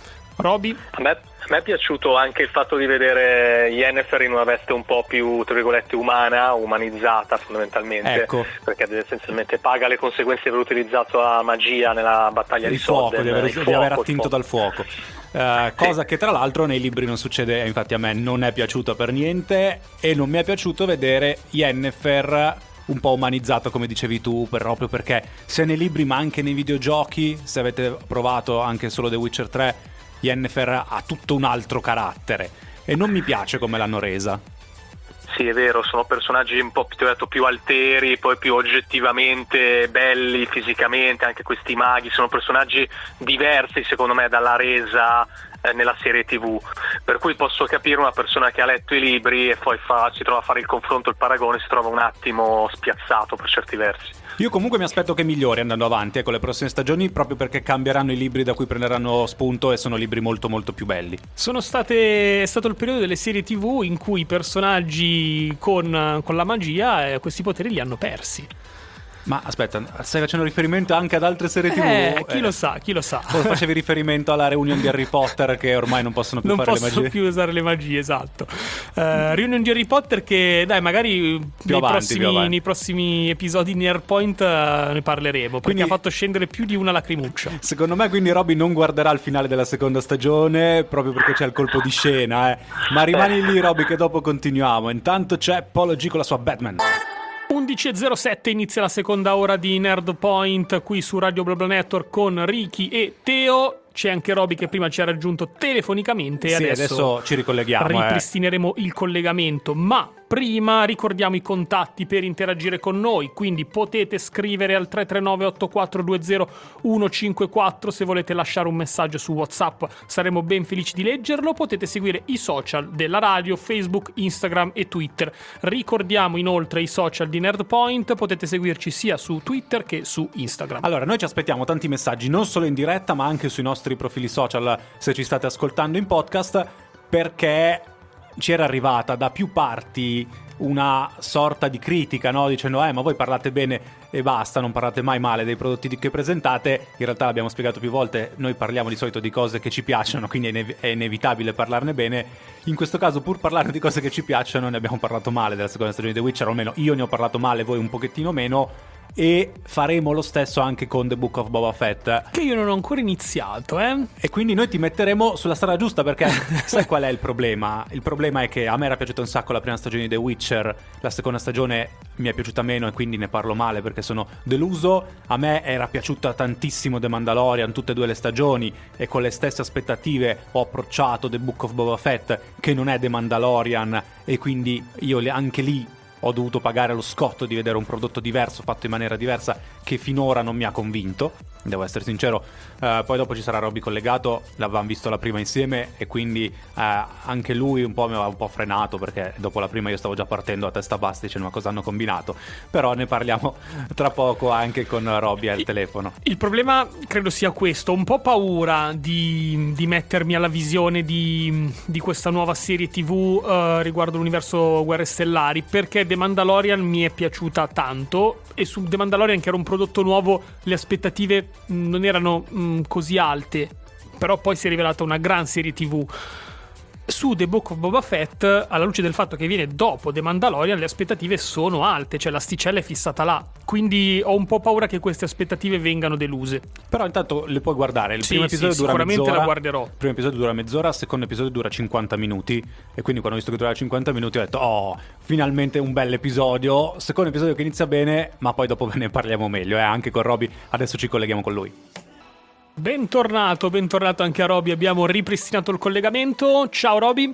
Roby? A me, a me è piaciuto anche il fatto di vedere Yennefer in una veste un po' più, tra virgolette, umana, umanizzata fondamentalmente, ecco. perché essenzialmente paga le conseguenze di aver utilizzato la magia nella battaglia il di fuoco, Sodden, di aver, fuoco, di aver attinto dal fuoco. Uh, cosa sì. che tra l'altro nei libri non succede, infatti a me non è piaciuta per niente, e non mi è piaciuto vedere Yennefer un po' umanizzato, come dicevi tu, proprio perché sia nei libri ma anche nei videogiochi, se avete provato anche solo The Witcher tre, Yennefer ha tutto un altro carattere e non mi piace come l'hanno resa. Sì, è vero, sono personaggi un po' più, detto, più alteri, poi più oggettivamente belli fisicamente, anche questi maghi sono personaggi diversi secondo me dalla resa eh, nella serie tivù, per cui posso capire una persona che ha letto i libri e poi fa, si trova a fare il confronto, il paragone, si trova un attimo spiazzato per certi versi. Io comunque mi aspetto che migliori andando avanti eh, con le prossime stagioni, proprio perché cambieranno i libri da cui prenderanno spunto e sono libri molto molto più belli. Sono state, è stato il periodo delle serie tivù in cui i personaggi con, con la magia eh, questi poteri li hanno persi. Ma aspetta, stai facendo riferimento anche ad altre serie tivù? Eh, chi eh. lo sa, chi lo sa. O facevi riferimento alla reunion di Harry Potter che ormai non possono più non fare le magie? Non possono più usare le magie, esatto. Uh, reunion di Harry Potter che, dai, magari nei, avanti, prossimi, nei prossimi episodi di Nerdpoint uh, ne parleremo, perché quindi ha fatto scendere più di una lacrimuccia. Secondo me quindi Robby non guarderà il finale della seconda stagione proprio perché c'è il colpo di scena, eh. Ma rimani lì, Robby, che dopo continuiamo. Intanto c'è Polo G con la sua Batman. undici e zero sette inizia la seconda ora di Nerd Point qui su Radio BlaBla Network con Ricky e Teo. C'è anche Roby che prima ci ha raggiunto telefonicamente e sì, adesso, adesso ci ricolleghiamo. Ripristineremo eh. il collegamento, ma prima ricordiamo i contatti per interagire con noi, quindi potete scrivere al tre tre nove otto quattro due zero uno cinque quattro se volete lasciare un messaggio su WhatsApp, saremo ben felici di leggerlo. Potete seguire i social della radio, Facebook, Instagram e Twitter. Ricordiamo inoltre i social di Nerdpoint, potete seguirci sia su Twitter che su Instagram. Allora, noi ci aspettiamo tanti messaggi, non solo in diretta ma anche sui nostri profili social se ci state ascoltando in podcast, perché ci era arrivata da più parti una sorta di critica, no? Dicendo eh ma voi parlate bene e basta, non parlate mai male dei prodotti che presentate. In realtà l'abbiamo spiegato più volte, noi parliamo di solito di cose che ci piacciono, quindi è, inev- è inevitabile parlarne bene. In questo caso, pur parlando di cose che ci piacciono, ne abbiamo parlato male della seconda stagione di The Witcher, o almeno io ne ho parlato male, voi un pochettino meno. E faremo lo stesso anche con The Book of Boba Fett, che io non ho ancora iniziato, eh? E quindi noi ti metteremo sulla strada giusta, perché sai qual è il problema? Il problema è che a me era piaciuta un sacco la prima stagione di The Witcher, la seconda stagione mi è piaciuta meno e quindi ne parlo male perché sono deluso. A me era piaciuta tantissimo The Mandalorian, tutte e due le stagioni, e con le stesse aspettative ho approcciato The Book of Boba Fett, che non è The Mandalorian, e quindi io anche lì ho dovuto pagare lo scotto di vedere un prodotto diverso, fatto in maniera diversa, che finora non mi ha convinto, devo essere sincero. Uh, poi dopo ci sarà Robby collegato, l'avevamo visto la prima insieme e quindi uh, anche lui un po' mi aveva un po' frenato, perché dopo la prima io stavo già partendo a testa bassa dicendo ma cosa hanno combinato, però ne parliamo tra poco anche con Robby al telefono. Il problema credo sia questo, ho un po' paura di, di mettermi alla visione di, di questa nuova serie tv uh, riguardo l'universo Guerre Stellari, perché The Mandalorian mi è piaciuta tanto e su The Mandalorian, che era un prodotto nuovo, le aspettative mh, non erano mh, così alte, però poi si è rivelata una gran serie tv. Su The Book of Boba Fett, alla luce del fatto che viene dopo The Mandalorian, le aspettative sono alte, cioè l'asticella è fissata là, quindi ho un po' paura che queste aspettative vengano deluse. Però intanto le puoi guardare, il sì, primo episodio sì, dura sicuramente mezz'ora, la guarderò. il primo episodio dura mezz'ora, il secondo episodio dura cinquanta minuti, e quindi quando ho visto che durava cinquanta minuti ho detto oh, finalmente un bel episodio, secondo episodio che inizia bene, ma poi dopo ve ne parliamo meglio, eh, anche con Robby, adesso ci colleghiamo con lui. Bentornato, bentornato anche a Robby, abbiamo ripristinato il collegamento. Ciao Robby.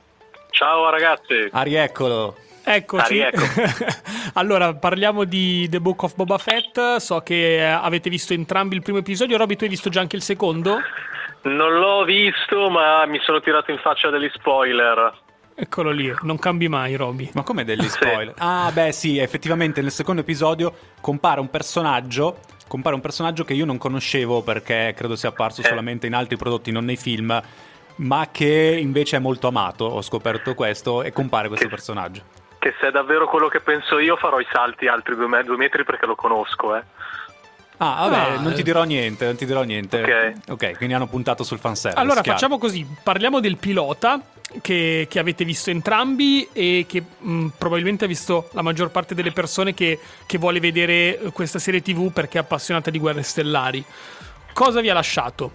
Ciao ragazzi. Ah, rieccolo. Eccoci. Ah, riecco. Allora, parliamo di The Book of Boba Fett. So che avete visto entrambi il primo episodio. Robby, tu hai visto già anche il secondo? Non l'ho visto, ma mi sono tirato in faccia degli spoiler. Eccolo lì, non cambi mai, Robby. Ma come degli Sì. spoiler? Ah, beh, sì, effettivamente nel secondo episodio compare un personaggio compare un personaggio che io non conoscevo, perché credo sia apparso Eh. solamente in altri prodotti, non nei film, ma che invece è molto amato. Ho scoperto questo e compare questo Che- personaggio. Che se è davvero quello che penso io, farò i salti altri due, me- due metri perché lo conosco, eh. Ah, vabbè, Ah, non ti dirò niente, non ti dirò niente. Ok. Ok, quindi hanno puntato sul fanservice. Allora, chiaro. facciamo così. Parliamo del pilota che, che avete visto entrambi e che mh, probabilmente ha visto la maggior parte delle persone che, che vuole vedere questa serie tv perché è appassionata di Guerre Stellari. Cosa vi ha lasciato?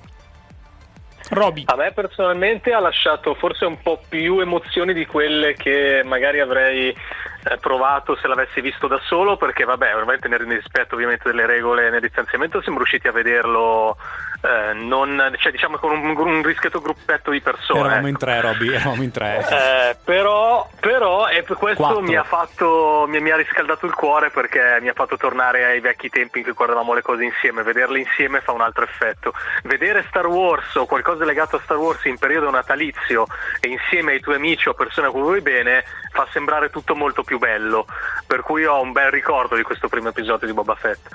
Robby. A me personalmente ha lasciato forse un po' più emozioni di quelle che magari avrei eh, provato se l'avessi visto da solo, perché vabbè, ovviamente nel rispetto ovviamente delle regole nel distanziamento siamo riusciti a vederlo eh, non, cioè diciamo con un, un discreto gruppetto di persone. Eravamo ecco. in tre, Robby, eravamo in tre. Eh, però, però e per questo Quattro. mi ha fatto mi, mi ha riscaldato il cuore, perché mi ha fatto tornare ai vecchi tempi in cui guardavamo le cose insieme. Vederle insieme fa un altro effetto. Vedere Star Wars o qualcosa legato a Star Wars in periodo natalizio e insieme ai tuoi amici o persone a cui vuoi bene fa sembrare tutto molto più bello, per cui ho un bel ricordo di questo primo episodio di Boba Fett.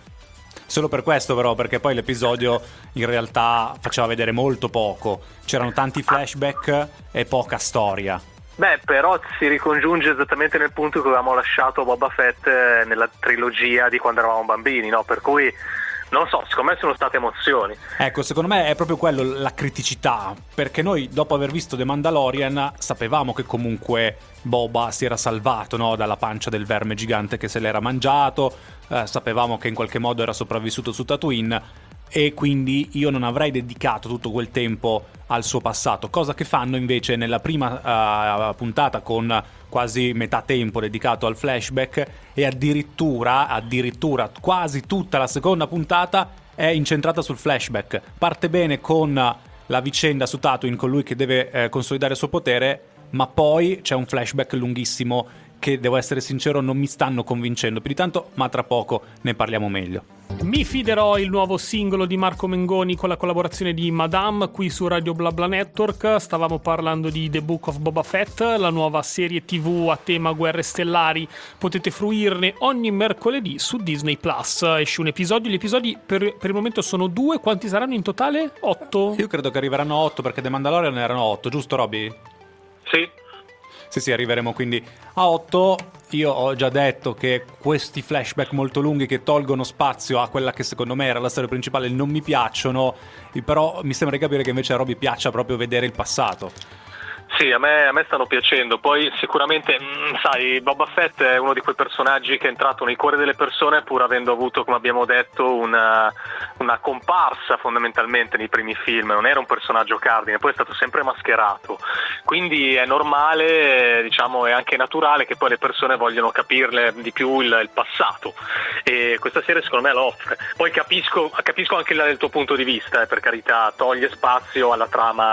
Solo per questo però, perché poi l'episodio in realtà faceva vedere molto poco. C'erano tanti flashback e poca storia. Beh, però si ricongiunge esattamente nel punto in cui avevamo lasciato Boba Fett eh, nella trilogia di quando eravamo bambini, no? Per cui, non so, secondo me sono state emozioni. Ecco, secondo me è proprio quello la criticità, perché noi dopo aver visto The Mandalorian sapevamo che comunque Boba si era salvato, no, dalla pancia del verme gigante che se l'era mangiato, eh, sapevamo che in qualche modo era sopravvissuto su Tatooine, e quindi io non avrei dedicato tutto quel tempo al suo passato, cosa che fanno invece nella prima uh, puntata, con quasi metà tempo dedicato al flashback, e addirittura addirittura quasi tutta la seconda puntata è incentrata sul flashback. Parte bene con la vicenda su Tatooine, con lui che deve eh, consolidare il suo potere, ma poi c'è un flashback lunghissimo che, devo essere sincero, non mi stanno convincendo più di tanto, ma tra poco ne parliamo meglio. Mi fiderò, il nuovo singolo di Marco Mengoni con la collaborazione di Madame qui su Radio BlaBla Network. Stavamo parlando di The Book of Boba Fett, la nuova serie tv a tema Guerre Stellari. Potete fruirne ogni mercoledì su Disney Plus. Esce un episodio, gli episodi per, per il momento sono due. Quanti saranno in totale? Otto? Io credo che arriveranno otto, perché The Mandalorian erano otto, giusto Robby? Sì. Sì, sì, arriveremo quindi a otto. Io ho già detto che questi flashback molto lunghi che tolgono spazio a quella che secondo me era la storia principale non mi piacciono, però mi sembra di capire che invece a Robby piaccia proprio vedere il passato. Sì, a me, a me stanno piacendo. Poi sicuramente, mh, sai, Boba Fett è uno di quei personaggi che è entrato nei cuori delle persone pur avendo avuto, come abbiamo detto, una, una comparsa fondamentalmente nei primi film. Non era un personaggio cardine, poi è stato sempre mascherato. Quindi è normale, diciamo, è anche naturale che poi le persone vogliono capirle di più il, il passato. E questa serie secondo me lo offre. Poi capisco, capisco anche il, il tuo punto di vista, eh, per carità, toglie spazio alla trama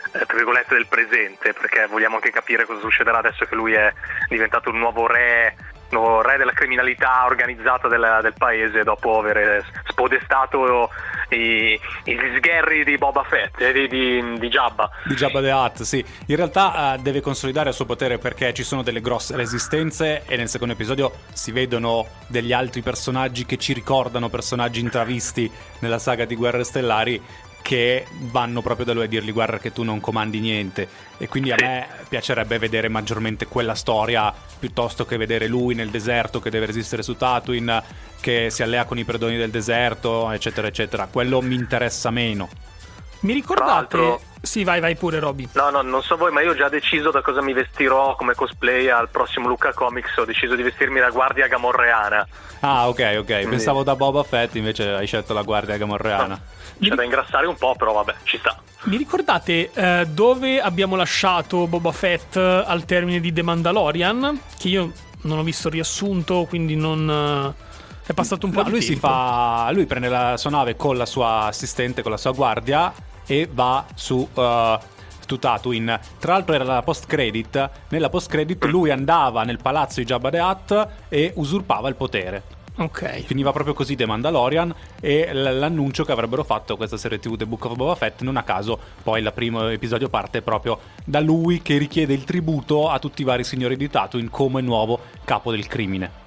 eh, tra virgolette del presente, perché vogliamo anche capire cosa succederà adesso che lui è diventato il nuovo re nuovo re della criminalità organizzata del, del paese, dopo aver spodestato i, gli sgherri di Boba Fett, eh, di, di, di Jabba. Di Jabba the Hutt, sì. In realtà uh, deve consolidare il suo potere perché ci sono delle grosse resistenze e nel secondo episodio si vedono degli altri personaggi che ci ricordano personaggi intravisti nella saga di Guerre Stellari, che vanno proprio da lui a dirgli guarda che tu non comandi niente, e quindi a me piacerebbe vedere maggiormente quella storia piuttosto che vedere lui nel deserto che deve resistere su Tatooine, che si allea con i predoni del deserto, eccetera eccetera. Quello mi interessa meno. Mi ricordate? Sì, vai vai pure Roby. No, no, non so voi, ma io ho già deciso da cosa mi vestirò come cosplay al prossimo Lucca Comics. Ho deciso di vestirmi da guardia gamorreana. Ah, ok, ok. Quindi... pensavo da Boba Fett, invece hai scelto la guardia gamorreana. No. C'è da ingrassare un po', però vabbè, ci sta. Mi ricordate eh, dove abbiamo lasciato Boba Fett al termine di The Mandalorian? Che io non ho visto il riassunto, quindi non... è passato un po' no, di lui tempo. Si fa, lui prende la sua nave con la sua assistente, con la sua guardia, e va su... Uh, su Tatooine. Tra l'altro era la post credit. Nella post credit lui andava nel palazzo di Jabba the Hutt e usurpava il potere. Ok. Finiva proprio così The Mandalorian, e l- l'annuncio che avrebbero fatto questa serie tivù The Book of Boba Fett, non a caso poi il primo episodio parte proprio da lui che richiede il tributo a tutti i vari signori di Tatooine come nuovo capo del crimine.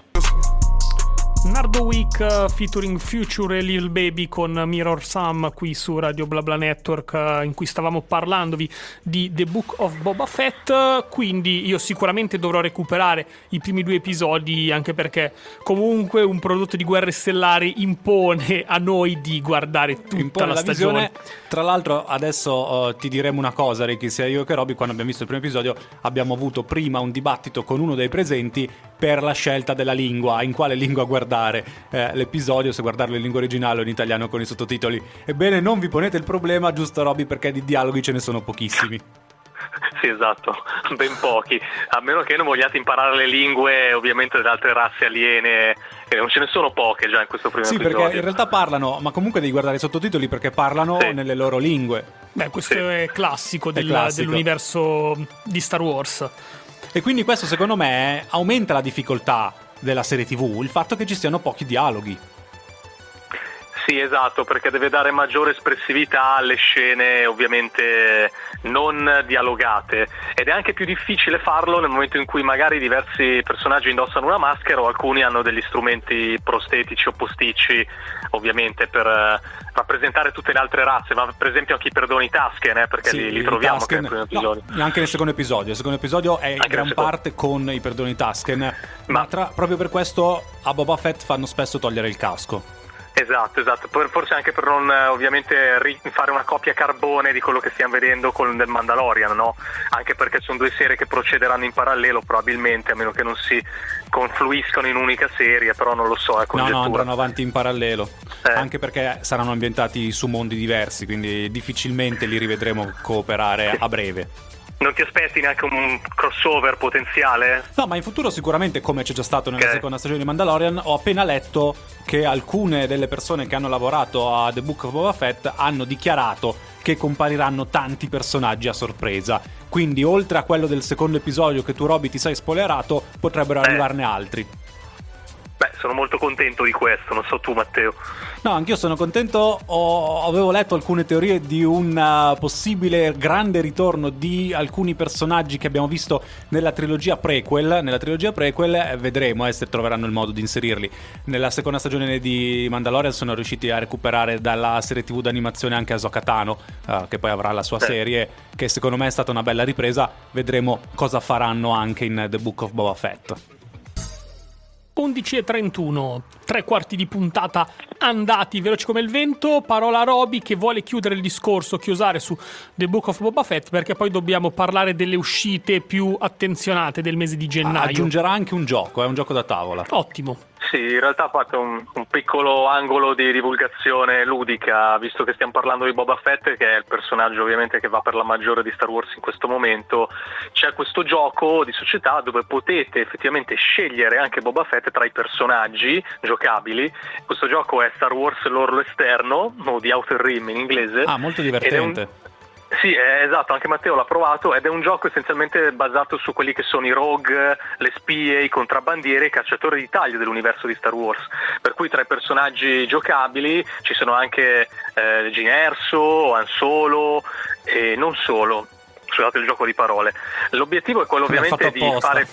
Nardo Week uh, featuring Future e Lil Baby con Mirror Sam qui su Radio BlaBla Network, uh, in cui stavamo parlandovi di The Book of Boba Fett. Uh, quindi io sicuramente dovrò recuperare i primi due episodi, anche perché comunque un prodotto di Guerre Stellari impone a noi di guardare tutta impone la, la stagione. Visione. Tra l'altro adesso uh, ti diremo una cosa, Ricky, sia io che Roby, quando abbiamo visto il primo episodio abbiamo avuto prima un dibattito con uno dei presenti per la scelta della lingua, in quale lingua guardare eh, l'episodio, se guardarlo in lingua originale o in italiano con i sottotitoli. Ebbene, non vi ponete il problema, giusto Roby, perché di dialoghi ce ne sono pochissimi. Sì, esatto, ben pochi, a meno che non vogliate imparare le lingue ovviamente delle altre razze aliene, che non ce ne sono poche già in questo primo sì, episodio. Sì, perché in realtà parlano, ma comunque devi guardare i sottotitoli perché parlano sì. nelle loro lingue. Beh, questo sì. è classico, è del, classico dell'universo di Star Wars. E quindi questo secondo me aumenta la difficoltà della serie tivù, il fatto che ci siano pochi dialoghi. Sì, esatto, perché deve dare maggiore espressività alle scene ovviamente non dialogate, ed è anche più difficile farlo nel momento in cui magari diversi personaggi indossano una maschera o alcuni hanno degli strumenti prostetici o posticci, ovviamente per eh, rappresentare tutte le altre razze, ma per esempio anche i perdoni Tusken, eh, perché sì, li, li troviamo Tusken, anche nel primo episodio. No, anche nel secondo episodio. Il secondo episodio è anche in gran parte con i perdoni Tusken, ma, ma tra, proprio per questo a Boba Fett fanno spesso togliere il casco. Esatto, esatto, forse anche per non ovviamente fare una copia carbone di quello che stiamo vedendo con del Mandalorian, no? Anche perché sono due serie che procederanno in parallelo probabilmente, a meno che non si confluiscano in un'unica serie, però non lo so, è congettura. No, no, andranno avanti in parallelo, eh. anche perché saranno ambientati su mondi diversi, quindi difficilmente li rivedremo cooperare a breve. Non ti aspetti neanche un crossover potenziale? No, ma in futuro sicuramente, come c'è già stato nella okay. seconda stagione di Mandalorian. Ho appena letto che alcune delle persone che hanno lavorato a The Book of Boba Fett hanno dichiarato che compariranno tanti personaggi a sorpresa. Quindi oltre a quello del secondo episodio che tu, Roby, ti sei spoilerato, potrebbero eh. arrivarne altri. Beh, sono molto contento di questo, non so tu Matteo. No, anch'io sono contento. Ho, avevo letto alcune teorie di un uh, possibile grande ritorno di alcuni personaggi che abbiamo visto nella trilogia prequel. Nella trilogia prequel eh, vedremo eh, se troveranno il modo di inserirli. Nella seconda stagione di Mandalorian sono riusciti a recuperare dalla serie tivù d'animazione anche Ahsoka Tano, uh, che poi avrà la sua eh. serie, che secondo me è stata una bella ripresa. Vedremo cosa faranno anche in The Book of Boba Fett. undici e trentuno, tre quarti di puntata andati veloci come il vento. Parola a Roby che vuole chiudere il discorso, chiusare su The Book of Boba Fett, perché poi dobbiamo parlare delle uscite più attenzionate del mese di gennaio. Aggiungerà anche un gioco, è un gioco da tavola. Ottimo. Sì, in realtà ha fatto un, un piccolo angolo di divulgazione ludica, visto che stiamo parlando di Boba Fett, che è il personaggio ovviamente che va per la maggiore di Star Wars in questo momento. C'è questo gioco di società dove potete effettivamente scegliere anche Boba Fett tra i personaggi giocabili. Questo gioco è Star Wars l'orlo esterno, o The Outer Rim in inglese. Ah, molto divertente. Ed è un... Sì, eh, esatto, anche Matteo l'ha provato ed è un gioco essenzialmente basato su quelli che sono i rogue, le spie, i contrabbandieri e i cacciatori di taglie dell'universo di Star Wars, per cui tra i personaggi giocabili ci sono anche eh, Jyn Erso, Han Solo e non solo, scusate il gioco di parole. L'obiettivo è quello ovviamente di fare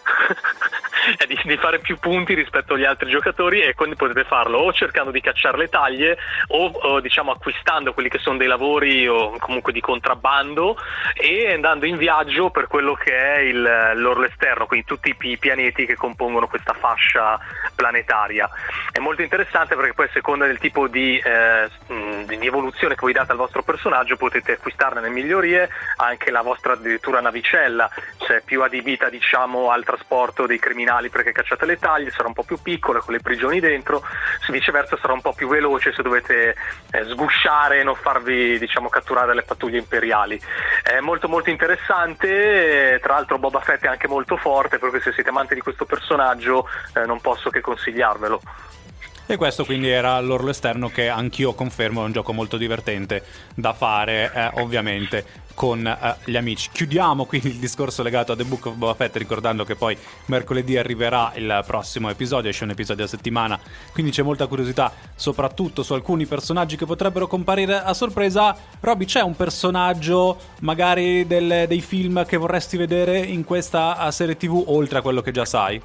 è di, di fare più punti rispetto agli altri giocatori, e quindi potete farlo o cercando di cacciare le taglie o, o diciamo acquistando quelli che sono dei lavori o comunque di contrabbando e andando in viaggio per quello che è il, l'orlo esterno, quindi tutti i pianeti che compongono questa fascia planetaria. È molto interessante perché poi a seconda del tipo di, eh, di evoluzione che voi date al vostro personaggio potete acquistarne le migliorie, anche la vostra addirittura navicella, cioè più adibita diciamo al trasporto dei criminali perché cacciate le taglie, sarà un po' più piccola con le prigioni dentro, viceversa sarà un po' più veloce se dovete eh, sgusciare e non farvi diciamo catturare le pattuglie imperiali. È molto molto interessante, tra l'altro Boba Fett è anche molto forte, perché se siete amanti di questo personaggio eh, non posso che consigliarvelo. E questo quindi era l'orlo esterno, che anch'io confermo è un gioco molto divertente da fare, eh, ovviamente con eh, gli amici. Chiudiamo quindi il discorso legato a The Book of Boba Fett ricordando che poi mercoledì arriverà il prossimo episodio, esce un episodio a settimana, quindi c'è molta curiosità soprattutto su alcuni personaggi che potrebbero comparire a sorpresa. Robby, c'è un personaggio magari del, dei film che vorresti vedere in questa serie tv oltre a quello che già sai?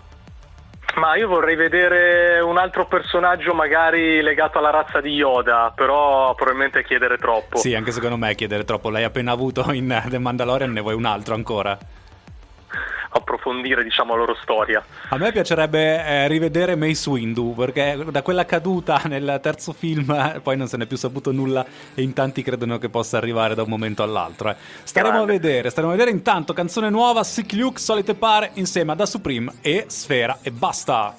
Ma io vorrei vedere un altro personaggio magari legato alla razza di Yoda, però probabilmente chiedere troppo. Sì, anche secondo me è chiedere troppo. L'hai appena avuto in The Mandalorian, ne vuoi un altro ancora? Approfondire diciamo la loro storia. A me piacerebbe eh, rivedere Mace Windu, perché da quella caduta nel terzo film eh, poi non se n'è più saputo nulla e in tanti credono che possa arrivare da un momento all'altro. eh. Staremo Grande. a vedere, staremo a vedere. Intanto canzone nuova, Sick Luke, Solite Pare, insieme a Da Supreme e Sfera e basta.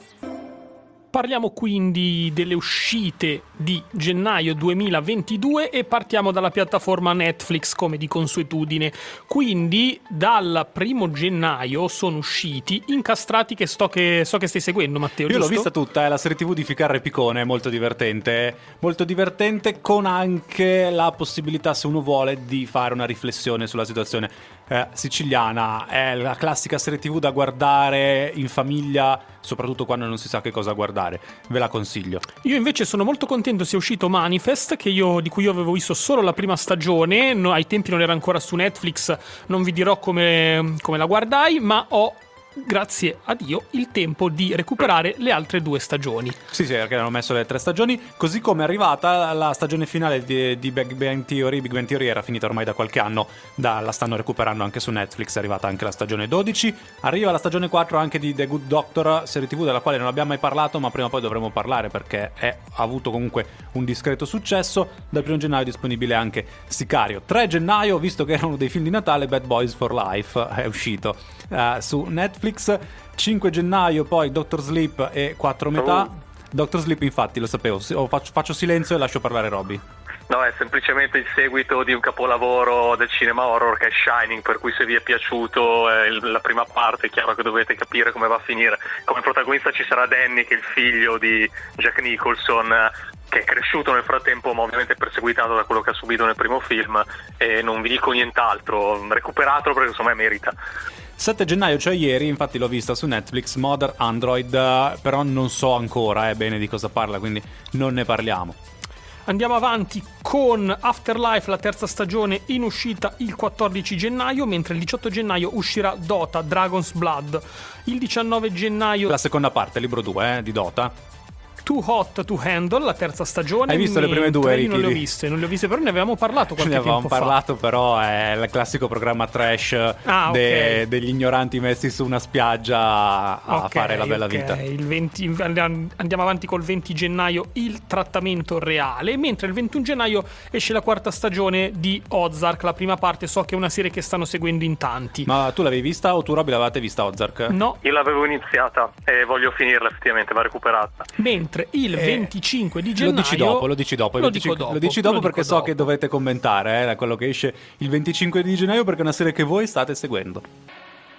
Parliamo quindi delle uscite di gennaio duemilaventidue e partiamo dalla piattaforma Netflix come di consuetudine. Quindi dal primo gennaio sono usciti Incastrati, che, sto che so che stai seguendo, Matteo, Io giusto? l'ho vista tutta, è la serie tv di Ficarra e Picone, è molto divertente, molto divertente, con anche la possibilità, se uno vuole, di fare una riflessione sulla situazione eh, siciliana. È la classica serie tv da guardare in famiglia, soprattutto quando non si sa che cosa guardare. Ve la consiglio. Io invece sono molto contento sia uscito Manifest, che io, di cui io avevo visto solo la prima stagione, no, ai tempi non era ancora su Netflix, non vi dirò come, come la guardai, ma ho, grazie a Dio, il tempo di recuperare le altre due stagioni. Sì, sì, perché hanno messo le tre stagioni, così come è arrivata la stagione finale di, di Big Bang Theory. Big Bang Theory era finita ormai da qualche anno, da, la stanno recuperando anche su Netflix, è arrivata anche la stagione dodici, arriva la stagione quattro anche di The Good Doctor, serie tv della quale non abbiamo mai parlato, ma prima o poi dovremo parlare perché è, ha avuto comunque un discreto successo. Dal primo gennaio è disponibile anche Sicario. tre gennaio, visto che era uno dei film di Natale, Bad Boys for Life è uscito uh, su Netflix. cinque gennaio poi Doctor Sleep e quattro metà. Oh. Doctor Sleep infatti lo sapevo, faccio, faccio silenzio e lascio parlare Robby. No, è semplicemente il seguito di un capolavoro del cinema horror che è Shining, per cui se vi è piaciuto eh, la prima parte è chiaro che dovete capire come va a finire. Come protagonista ci sarà Danny, che è il figlio di Jack Nicholson, che è cresciuto nel frattempo, ma ovviamente perseguitato da quello che ha subito nel primo film, e non vi dico nient'altro, recuperatelo perché secondo me merita. sette gennaio, cioè ieri, infatti l'ho vista su Netflix, Mother Android, però non so ancora eh, bene di cosa parla, quindi non ne parliamo. Andiamo avanti con Afterlife, la terza stagione, in uscita il quattordici gennaio, mentre il diciotto gennaio uscirà Dota, Dragon's Blood. Il diciannove gennaio la seconda parte, libro due eh, di Dota. Too Hot to Handle, la terza stagione. Hai visto le prime due, Ricky? Non le ho viste, non le ho viste, però ne avevamo parlato qualche ne avevamo tempo parlato, fa. Però è il classico programma trash ah, de, okay. degli ignoranti messi su una spiaggia a okay, fare la bella okay. vita. Il venti, andiamo avanti col venti gennaio, Il trattamento reale, mentre il ventuno gennaio esce la quarta stagione di Ozark, la prima parte. So che è una serie che stanno seguendo in tanti. Ma tu l'avevi vista o tu, Robby, l'avete vista Ozark? No. Io l'avevo iniziata e voglio finirla, effettivamente va recuperata. Mentre il eh, venticinque di gennaio lo dici dopo, lo dici dopo, lo, lo, dico dici, dopo lo dici dopo lo perché dico so dopo. che dovete commentare eh, quello che esce il venticinque di gennaio, perché è una serie che voi state seguendo.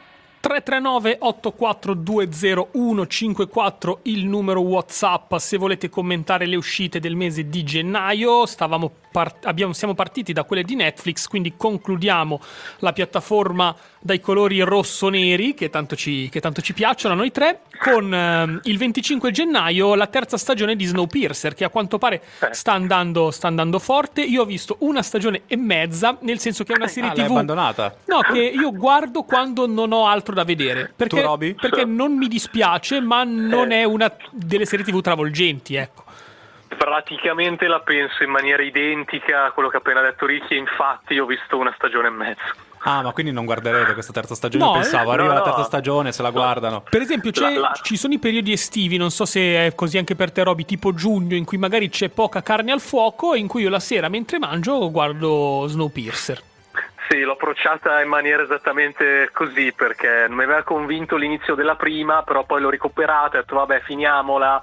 tre tre nove otto quattro due zero uno cinque quattro il numero WhatsApp se volete commentare le uscite del mese di gennaio. Stavamo part- abbiamo, siamo partiti da quelle di Netflix, quindi concludiamo la piattaforma dai colori rosso-neri che tanto ci, che tanto ci piacciono a noi tre, con ehm, il venticinque gennaio la terza stagione di Snowpiercer, che a quanto pare sta andando, sta andando forte. Io ho visto una stagione e mezza, nel senso che è una serie ah, tivù l'hai abbandonata? No, che io guardo quando non ho altro da vedere, perché, tu, Roby? perché non mi dispiace, ma non è una delle serie tivù travolgenti, ecco. Praticamente la penso in maniera identica a quello che ha appena detto Ricky, e infatti ho visto una stagione e mezza. Ah, ma quindi non guarderete questa terza stagione? No, Io pensavo, eh, arriva no, la terza no. stagione, se la guardano. Per esempio c'è, La- la- ci sono i periodi estivi, non so se è così anche per te, Roby, tipo giugno, in cui magari c'è poca carne al fuoco, in cui io la sera mentre mangio guardo Snowpiercer. Sì, l'ho approcciata in maniera esattamente così, perché non mi aveva convinto l'inizio della prima, però poi l'ho recuperata e ho detto vabbè, finiamola,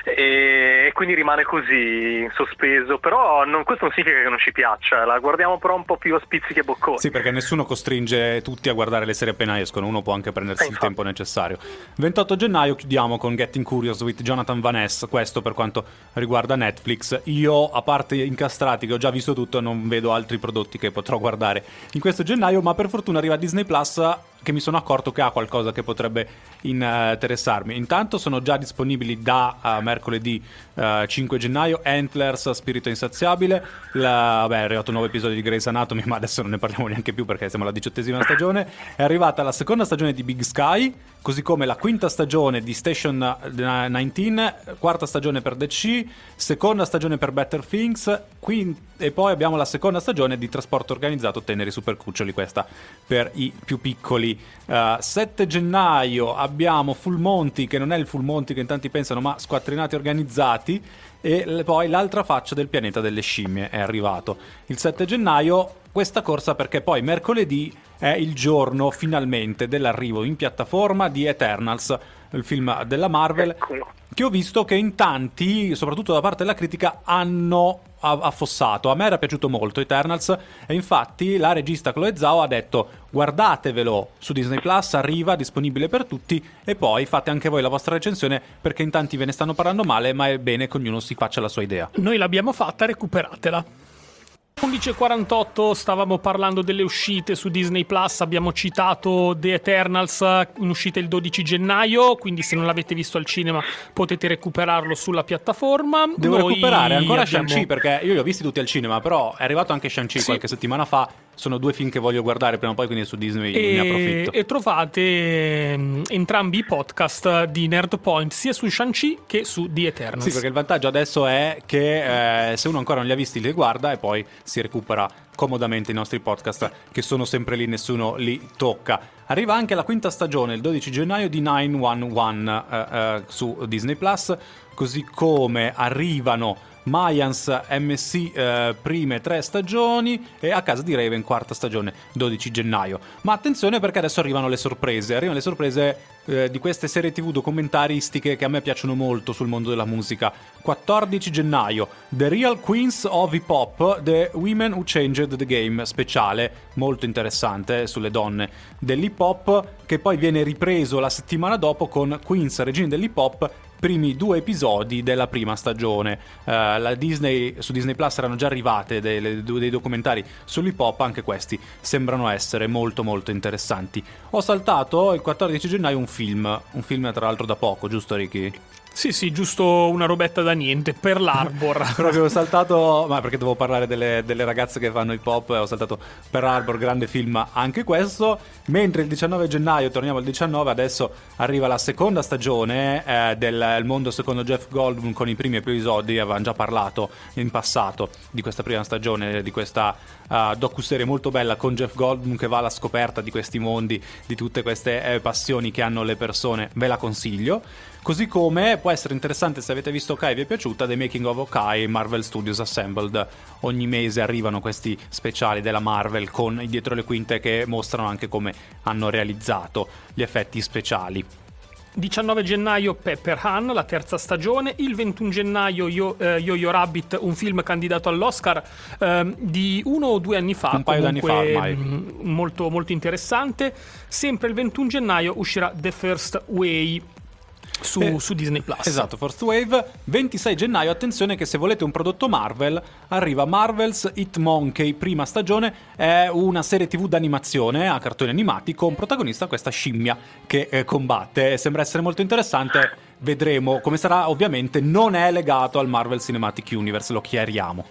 e, e quindi rimane così in sospeso. Però non, questo non significa che non ci piaccia, la guardiamo però un po' più a spizzichi e bocconi. Sì, perché nessuno costringe tutti a guardare le serie appena escono, uno può anche prendersi Eh, il infatti. tempo necessario. ventotto gennaio chiudiamo con Getting Curious with Jonathan Van Ness, questo per quanto riguarda Netflix. Io, a parte Incastrati che ho già visto tutto, non vedo altri prodotti che potrò guardare in questo gennaio, ma per fortuna arriva Disney Plus, che mi sono accorto che ha qualcosa che potrebbe interessarmi. Intanto sono già disponibili da uh, mercoledì uh, cinque gennaio Antlers, Spirito Insaziabile, la, beh, è arrivato un nuovo episodio di Grey's Anatomy, ma adesso non ne parliamo neanche più perché siamo alla diciottesima stagione. È arrivata la seconda stagione di Big Sky, così come la quinta stagione di Station diciannove, quarta stagione per The Chi, seconda stagione per Better Things, quint- e poi abbiamo la seconda stagione di Trasporto Organizzato, Teneri Super Cuccioli, questa per i più piccoli. Uh, sette gennaio abbiamo Full Monty, che non è il Full Monty che in tanti pensano, ma Squattrinati Organizzati, e l- poi L'altra faccia del pianeta delle scimmie è arrivato il sette gennaio. Questa corsa perché poi mercoledì è il giorno finalmente dell'arrivo in piattaforma di Eternals, il film della Marvel, Eccolo. che ho visto che in tanti, soprattutto da parte della critica, hanno affossato. A me era piaciuto molto Eternals, e infatti la regista Chloe Zhao ha detto guardatevelo su Disney Plus, arriva, disponibile per tutti, e poi fate anche voi la vostra recensione, perché in tanti ve ne stanno parlando male, ma è bene che ognuno si faccia la sua idea. Noi l'abbiamo fatta, recuperatela. undici e quarantotto, stavamo parlando delle uscite su Disney Plus, abbiamo citato The Eternals in uscita il dodici gennaio, quindi se non l'avete visto al cinema potete recuperarlo sulla piattaforma. Devo Noi recuperare ancora abbiamo... Shang-Chi, perché io li ho visti tutti al cinema, però è arrivato anche Shang-Chi Sì. qualche settimana fa. Sono due film che voglio guardare prima o poi, quindi su Disney ne E, approfitto. e trovate ehm, entrambi i podcast di Nerdpoint sia su Shang-Chi che su The Eternals. Sì, perché il vantaggio adesso è che eh, se uno ancora non li ha visti li guarda e poi si recupera comodamente i nostri podcast, che sono sempre lì, nessuno li tocca. Arriva anche la quinta stagione il dodici gennaio di nove uno uno eh, eh, su Disney Plus, così come arrivano Mayans M C eh, prime tre stagioni e A casa di Raven quarta stagione dodici gennaio. Ma attenzione, perché adesso arrivano le sorprese arrivano le sorprese eh, di queste serie tv documentaristiche che a me piacciono molto sul mondo della musica. quattordici gennaio The Real Queens of Hip Hop, The Women Who Changed the Game, speciale molto interessante sulle donne dell'hip hop, che poi viene ripreso la settimana dopo con Queens, regine dell'hip hop, primi due episodi della prima stagione. Uh, la Disney, su Disney Plus erano già arrivate dei, dei documentari sull'hip hop, anche questi sembrano essere molto molto interessanti. Ho saltato il quattordici gennaio un film, un film tra l'altro da poco, giusto Ricky? Sì, sì, giusto una robetta da niente, per l'Arbor. Proprio ho saltato, ma perché devo parlare delle, delle ragazze che fanno hip hop, ho saltato Per Harbor, grande film anche questo. Mentre il diciannove gennaio, torniamo al diciannove, adesso arriva la seconda stagione eh, del Il mondo secondo Jeff Goldblum, con i primi episodi. Avevamo già parlato in passato di questa prima stagione, di questa uh, docuserie molto bella con Jeff Goldblum che va alla scoperta di questi mondi, di tutte queste eh, passioni che hanno le persone. Ve la consiglio. Così come può essere interessante, se avete visto Okai e vi è piaciuta, The Making of Okai, Marvel Studios Assembled. Ogni mese arrivano questi speciali della Marvel con i dietro le quinte che mostrano anche come hanno realizzato gli effetti speciali. diciannove gennaio Pepper Han, la terza stagione. Il ventuno gennaio Yo, eh, Yo-Yo Rabbit, un film candidato all'Oscar eh, di uno o due anni fa, un paio d'anni fa ormai, mh, molto, molto interessante. Sempre il ventuno gennaio uscirà The First Way su, eh, su Disney Plus. Esatto, First Wave. Ventisei gennaio, attenzione che se volete un prodotto Marvel arriva Marvel's Hitmonkey, prima stagione. È una serie tv d'animazione a cartoni animati con protagonista questa scimmia che eh, combatte. Sembra essere molto interessante, vedremo come sarà. Ovviamente non è legato al Marvel Cinematic Universe, lo chiariamo.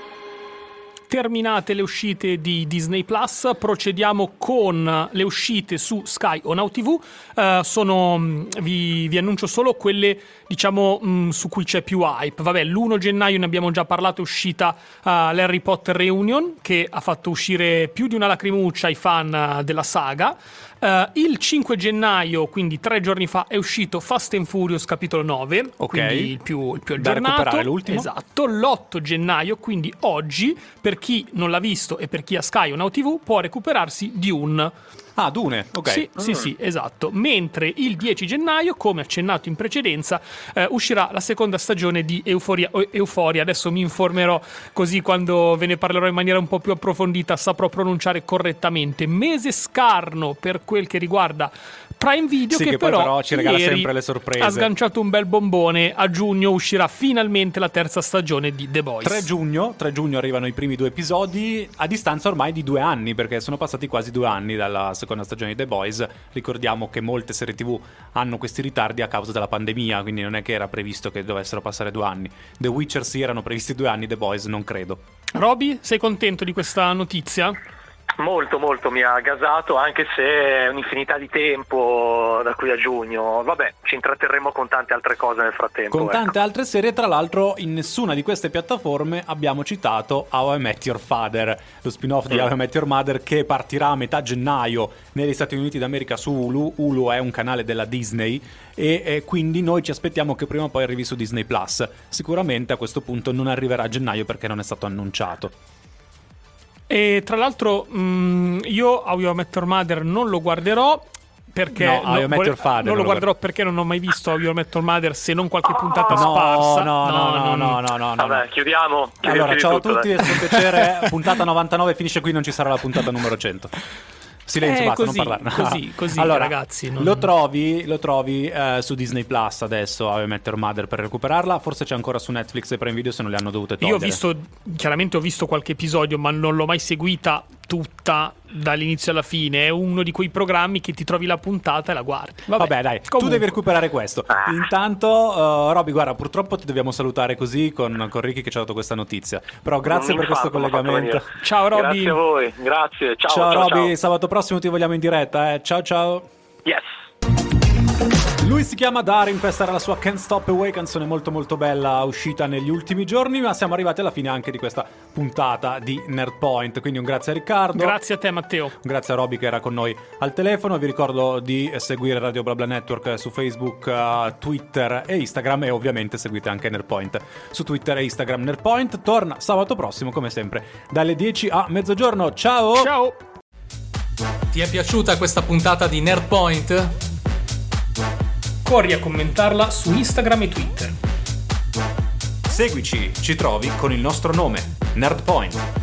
Terminate le uscite di Disney Plus, procediamo con le uscite su Sky o Now T V. Uh, sono, vi, vi annuncio solo quelle, diciamo, mh, su cui c'è più hype. Vabbè, l'primo gennaio ne abbiamo già parlato, è uscita uh, l'Harry Potter Reunion, che ha fatto uscire più di una lacrimuccia ai fan uh, della saga. Uh, il cinque gennaio, quindi tre giorni fa, è uscito Fast and Furious capitolo nove, ok, quindi il più, il più da aggiornato. recuperare l'ultimo. Esatto, l'otto gennaio, quindi oggi, per chi non l'ha visto e per chi ha Sky o Now T V, può recuperarsi Dune. Ah, Dune, ok. Sì, mm. sì, sì, esatto. Mentre il dieci gennaio, come accennato in precedenza, eh, uscirà la seconda stagione di Euforia, Euforia. Adesso mi informerò, così quando ve ne parlerò in maniera un po' più approfondita saprò pronunciare correttamente. Mese scarno per quel che riguarda Prime Video, sì, che, che però, poi però ci regala ieri sempre le sorprese. Ha sganciato un bel bombone. A giugno uscirà finalmente la terza stagione di The Boys. tre giugno, tre giugno arrivano i primi due episodi, a distanza ormai di due anni, perché sono passati quasi due anni dalla seconda stagione di The Boys. Ricordiamo che molte serie tv hanno questi ritardi a causa della pandemia, quindi non è che era previsto che dovessero passare due anni. The Witcher sì, erano previsti due anni, The Boys non credo. Roby, sei contento di questa notizia? Molto molto mi ha gasato, anche se è un'infinità di tempo da qui a giugno. Vabbè, ci intratterremo con tante altre cose nel frattempo. Con ecco. tante altre serie, tra l'altro in nessuna di queste piattaforme abbiamo citato How I Met Your Father, lo spin-off di mm. How I Met Your Mother, che partirà a metà gennaio negli Stati Uniti d'America su Hulu. Hulu è un canale della Disney e, e quindi noi ci aspettiamo che prima o poi arrivi su Disney Plus. Sicuramente a questo punto non arriverà a gennaio perché non è stato annunciato. E tra l'altro mh, io How I Met Your Mother non lo guarderò perché no, no, Met Your Father, non lo guarderò guardo. perché non ho mai visto How I Met Your Mother, se non qualche puntata no, sparsa. No, no, no, no, no, no, no, no. Vabbè, chiudiamo. chiudiamo allora, ciao tutto, a tutti, dai. è stato un piacere. Puntata novantanove finisce qui, non ci sarà la puntata numero cento. Silenzio, eh, basta, così, non parlare. Così, così, allora, ragazzi. Non... Lo trovi, lo trovi eh, su Disney Plus adesso, How I Met Your Mother, per recuperarla. Forse c'è ancora su Netflix e Prime Video se non le hanno dovute togliere. Io ho visto, chiaramente ho visto qualche episodio, ma non l'ho mai seguita tutta dall'inizio alla fine. È uno di quei programmi che ti trovi la puntata e la guardi. Vabbè, Vabbè dai, comunque. Tu devi recuperare questo. Ah. Intanto, uh, Roby, guarda, purtroppo ti dobbiamo salutare così con, con Ricky che ci ha dato questa notizia. Però grazie per questo collegamento. Ciao Roby. Grazie a voi, grazie. Ciao, ciao, ciao Roby, ciao. sabato prossimo ti vogliamo in diretta, eh. Ciao ciao. Yes. Lui si chiama Darin, questa era la sua Can't Stop Away, canzone molto molto bella uscita negli ultimi giorni, ma siamo arrivati alla fine anche di questa puntata di Nerdpoint, quindi un grazie a Riccardo. Grazie a te Matteo. Grazie a Roby che era con noi al telefono. Vi ricordo di seguire Radio BlaBla Network su Facebook, uh, Twitter e Instagram, e ovviamente seguite anche Nerdpoint su Twitter e Instagram. Nerdpoint torna sabato prossimo come sempre dalle dieci a mezzogiorno. Ciao! Ciao! Ti è piaciuta questa puntata di Nerdpoint? Corri a commentarla su Instagram e Twitter. Seguici, ci trovi con il nostro nome, Nerdpoint.